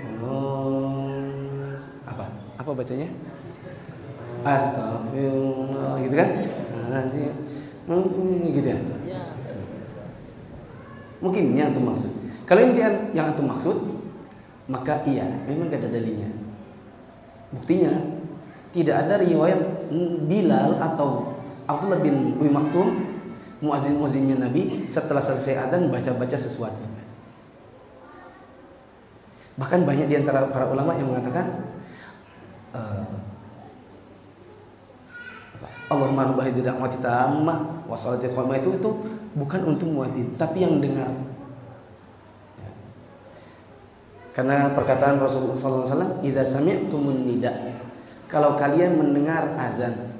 Apa? Apa bacanya? Astagfirullah gitu kan? Gitu ya. Mungkin yang antum maksud. Kalau ini yang antum maksud, maka iya, memang gak ada dalilnya. Buktinya tidak ada riwayat Bilal atau Abdullah bin Umi Maktum, muadzin-muadzinnya Nabi, setelah selesai adzan baca-baca sesuatu. Bahkan banyak di antara para ulama yang mengatakan uh, Allahumma rabb hadhihi da'wati tammah wa sholati qamah, itu itu bukan untuk muadzin, tapi yang dengar. Ya. Karena perkataan Rasulullah sallallahu alaihi wasallam, "Idza sami'tumun nida", kalau kalian mendengar azan.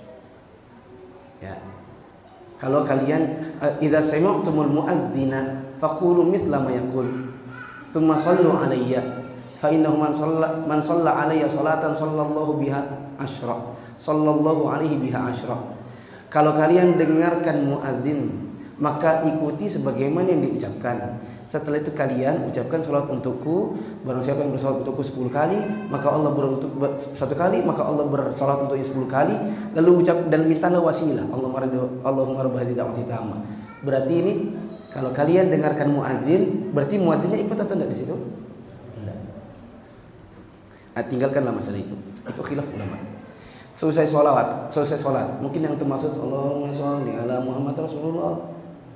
Ya. Kalau kalian idza sami'tumul muadzina faqulu mithla ma yaqul, tsumma shallu alayya fa innahu man shalla man shalla alayya salatan sallallahu biha asyra sallallahu alaihi biha asyra. Kalau kalian dengarkan muadzin, maka ikuti sebagaimana yang diucapkan. Setelah itu kalian ucapkan salat untukku. Barang siapa yang bersalat untukku sepuluh kali, maka Allah beruntuk satu kali, maka Allah bersalat untuknya sepuluh kali. Lalu ucap dan mintalah wasilah. Allahumma rabb hadhihi da'wati tammah. Berarti ini kalau kalian dengarkan muadzin, berarti muadzinnya ikut atau tidak di situ? Tidak. Nah, tinggalkanlah masalah itu. Itu khilaf ulama. Selesai sholawat, selesai sholat, mungkin yang itu maksud Allahumma sholli ala Muhammad Rasulullah.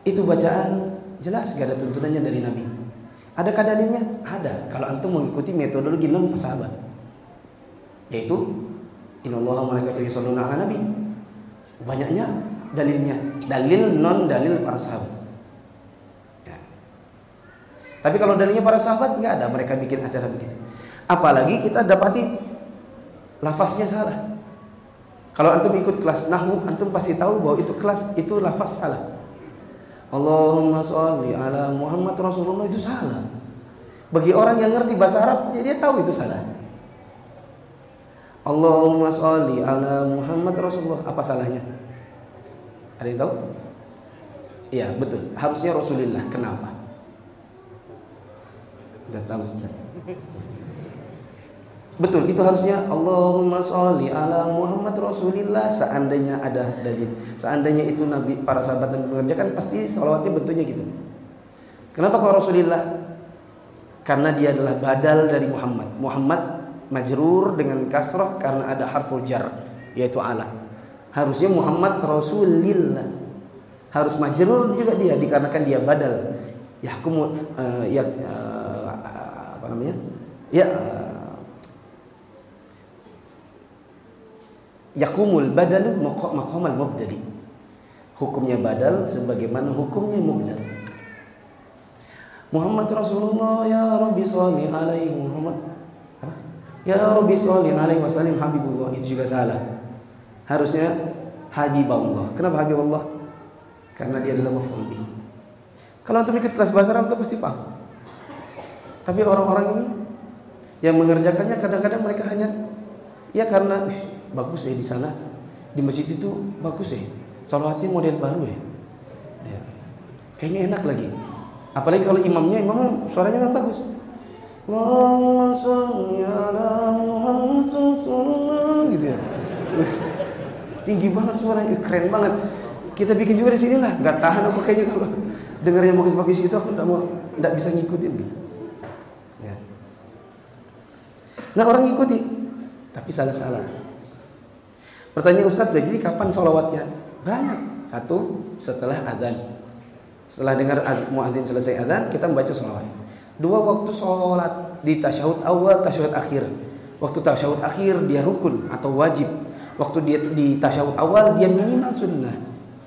Itu bacaan jelas, gak ada tuntunannya dari Nabi. Adakah dalilnya? Ada. Kalau antum mengikuti metodologi non sahabat, yaitu innallaha wa malaikatahu yusholluna 'alan nabi. Banyaknya dalilnya, dalil non dalil para sahabat. Ya. Tapi kalau dalilnya para sahabat nggak ada, mereka bikin acara begitu. Apalagi kita dapati lafaznya salah. Kalau antum ikut kelas nahwu, antum pasti tahu bahwa itu kelas itu lafaz salah. Allahumma sholli ala Muhammad Rasulullah itu salah. Bagi orang yang ngerti bahasa Arab, dia, dia tahu itu salah. Allahumma sholli ala Muhammad Rasulullah, apa salahnya? Ada yang tahu? Iya, betul. Harusnya Rasulullah. Kenapa? Udah tahu, Ustaz. Betul, itu harusnya Allahumma sholli ala Muhammad Rasulillah. Seandainya ada dalil, seandainya itu Nabi, para sahabat yang mengerjakan, pasti sholawatnya bentuknya gitu. Kenapa kalau Rasulillah? Karena dia adalah badal dari Muhammad. Muhammad majrur dengan kasrah karena ada harful jar, yaitu ala. Harusnya Muhammad Rasulillah. Harus majrur juga dia, dikarenakan dia badal. Yahkumu uh, ya uh, apa namanya? Ya uh, yakumul badalu maqamal mubdali. Hukumnya badal sebagaimana hukumnya mubdal. Muhammad Rasulullah ya Rabbi sholli alaihi Muhammad. Ya Rabbi sholli alaihi wasallim habibullah, itu juga salah. Harusnya habibullah. Kenapa habibullah? Karena dia adalah maf'ul bih. Kalau antum ikut kelas bahasa Arab, antum pasti paham. Tapi orang-orang ini yang mengerjakannya kadang-kadang mereka hanya ya karena bagus ya di sana, di masjid itu bagus ya, salawatnya model baru ya, ya. Kayaknya enak lagi. Apalagi kalau imamnya, imam suaranya memang bagus. Allahumma sholli ala Muhammad gitu ya. Tinggi banget suaranya, keren banget. Kita bikin juga di sini lah, nggak tahan aku kayaknya kalau dengarnya bagus-bagus itu, aku nggak mau, nggak bisa ngikutin gitu. Ya. Nah orang ngikuti, tapi salah-salah. Pertanyaan Ustaz, jadi kapan sholawatnya? Banyak. Satu, setelah azan. Setelah dengar muadzin selesai azan, kita membaca sholawat. Dua, waktu sholat di tasyahud awal, tasyahud akhir. Waktu tasyahud akhir dia rukun atau wajib. Waktu dia di tasyahud awal dia minimal sunnah.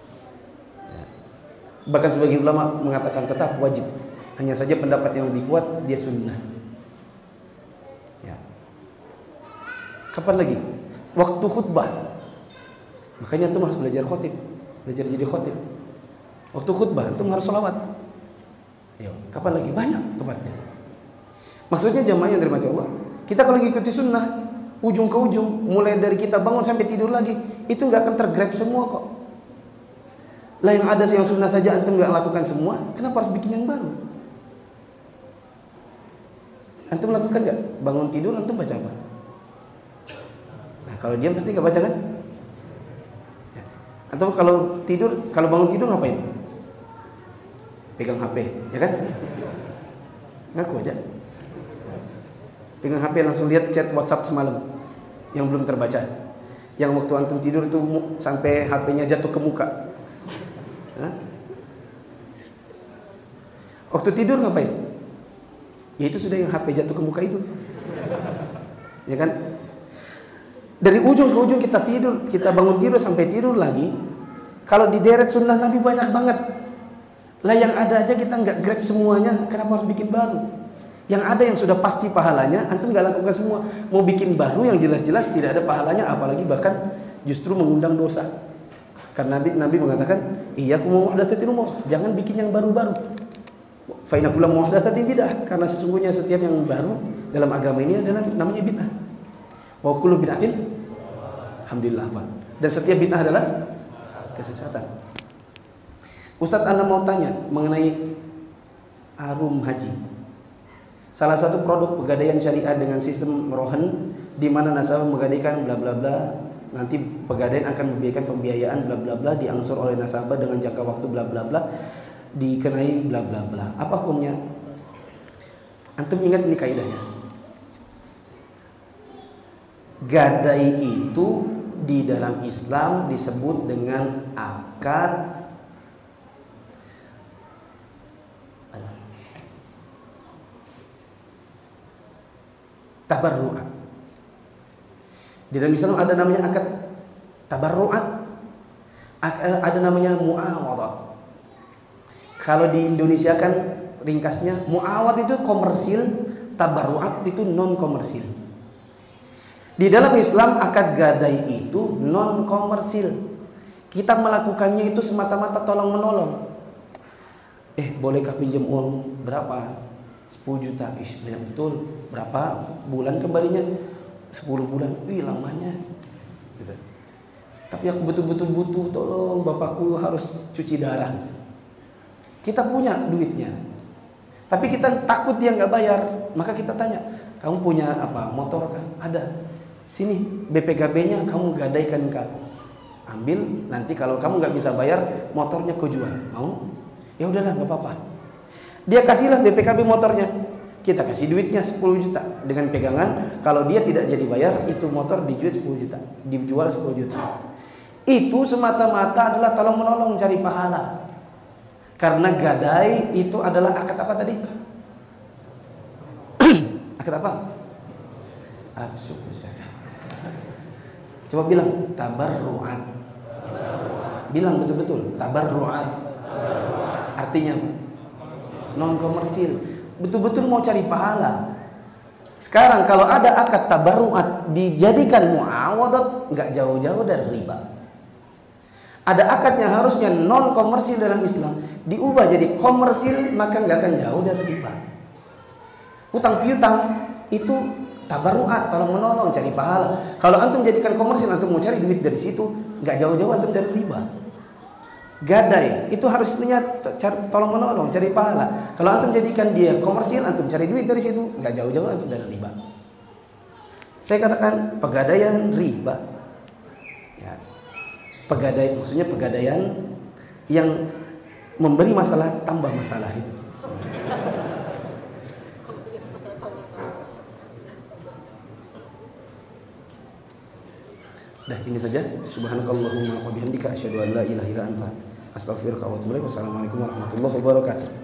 Bahkan sebagian ulama mengatakan tetap wajib. Hanya saja pendapat yang lebih kuat dia sunnah. Ya. Kapan lagi? Waktu khutbah. Makanya antum harus belajar khotib, belajar jadi khotib. Waktu khutbah antum harus sholawat. Ayo, kapan lagi? Banyak tempatnya. Maksudnya jamaah yang dirahmati Allah, kita kalau ikuti sunnah, ujung ke ujung, mulai dari kita bangun sampai tidur lagi, itu nggak akan tergrab semua kok. Lah yang ada yang sunnah saja antum nggak lakukan semua, kenapa harus bikin yang baru? Antum lakukan nggak? Bangun tidur antum baca apa? Nah kalau diam pasti nggak baca kan? Atau kalau tidur, kalau bangun tidur ngapain? Pegang H P, ya kan? Ngaku aja. Pegang H P langsung lihat chat WhatsApp semalam yang belum terbaca. Yang waktu antum tidur itu sampai H P-nya jatuh ke muka. Hah? Waktu tidur ngapain? Ya itu sudah yang H P jatuh ke muka itu. Ya kan? Dari ujung ke ujung kita tidur, kita bangun tidur sampai tidur lagi. Kalau di deret sunnah Nabi banyak banget. Lah yang ada aja kita nggak grab semuanya, kenapa harus bikin baru? Yang ada yang sudah pasti pahalanya, antum nggak lakukan semua. Mau bikin baru yang jelas-jelas tidak ada pahalanya, apalagi bahkan justru mengundang dosa. Karena Nabi, Nabi mengatakan, iyyakum wa muhdatsatil umur, jangan bikin yang baru-baru. Fa inna kulla muhdatsatin bid'ah, karena sesungguhnya setiap yang baru dalam agama ini adalah namanya bid'ah. Wa kullu bid'atin alhamdulillah. Dan setiap bid'ah adalah kesesatan. Ustadz, Anda mau tanya mengenai arum haji. Salah satu produk pegadaian syariah dengan sistem rohan, di mana nasabah menggadaikan bla bla bla, nanti pegadaian akan membiayai pembiayaan bla bla bla, diangsur oleh nasabah dengan jangka waktu bla bla bla, dikenai bla bla bla. Apa hukumnya? Antum ingat ini kaidahnya. Gadai itu di dalam Islam disebut dengan akad tabarru'at. Di dalam Islam ada namanya akad tabarru'at, ada namanya muawadah. Kalau di Indonesia kan ringkasnya muawad itu komersil, tabarru'at itu non komersil. Di dalam Islam akad gadai itu non komersil. Kita melakukannya itu semata-mata tolong menolong. Eh, bolehkah pinjam uang berapa? sepuluh juta. Ih, banyak betul. Berapa bulan kembalinya? sepuluh bulan. Wih, lamanya. Gitu. Tapi aku betul-betul butuh, tolong bapakku harus cuci darah. Kita punya duitnya, tapi kita takut dia nggak bayar, maka kita tanya, kamu punya apa? Motor kan? Ada. Sini B P K B-nya kamu gadaikan ke aku. Ambil, nanti kalau kamu nggak bisa bayar, motornya kau jual. Mau? Ya udahlah, nggak apa-apa. Dia kasihlah B P K B motornya. Kita kasih duitnya sepuluh juta dengan pegangan, kalau dia tidak jadi bayar, itu motor dijual sepuluh juta, dijual sepuluh juta. Itu semata-mata adalah tolong menolong, cari pahala. Karena gadai itu adalah akad apa tadi? Akad apa? Coba bilang tabarru'at. Bilang betul-betul tabarru'at. Artinya apa? Non komersil. Betul-betul mau cari pahala. Sekarang kalau ada akad tabarru'at dijadikan muawadat, nggak jauh-jauh dari riba. Ada akad yang harusnya non komersil dalam Islam, diubah jadi komersil, maka nggak akan jauh dari riba. Utang piutang itu tabarru'at, tolong menolong, cari pahala. Kalau antum jadikan komersil, antum mau cari duit dari situ, nggak jauh-jauh antum dari riba. Gadai itu harusnya tolong menolong, cari pahala. Kalau antum jadikan dia komersil, antum cari duit dari situ, nggak jauh-jauh antum dari riba. Saya katakan pegadaian riba. Ya. Pegadaian maksudnya pegadaian yang memberi masalah tambah masalah itu. Dah, ini saja. Subhanakallahumma wa bihamdika asyhadu an la ilaha illa anta astaghfiruka wa atubu ilaik. Wassalamualaikum warahmatullahi wabarakatuh.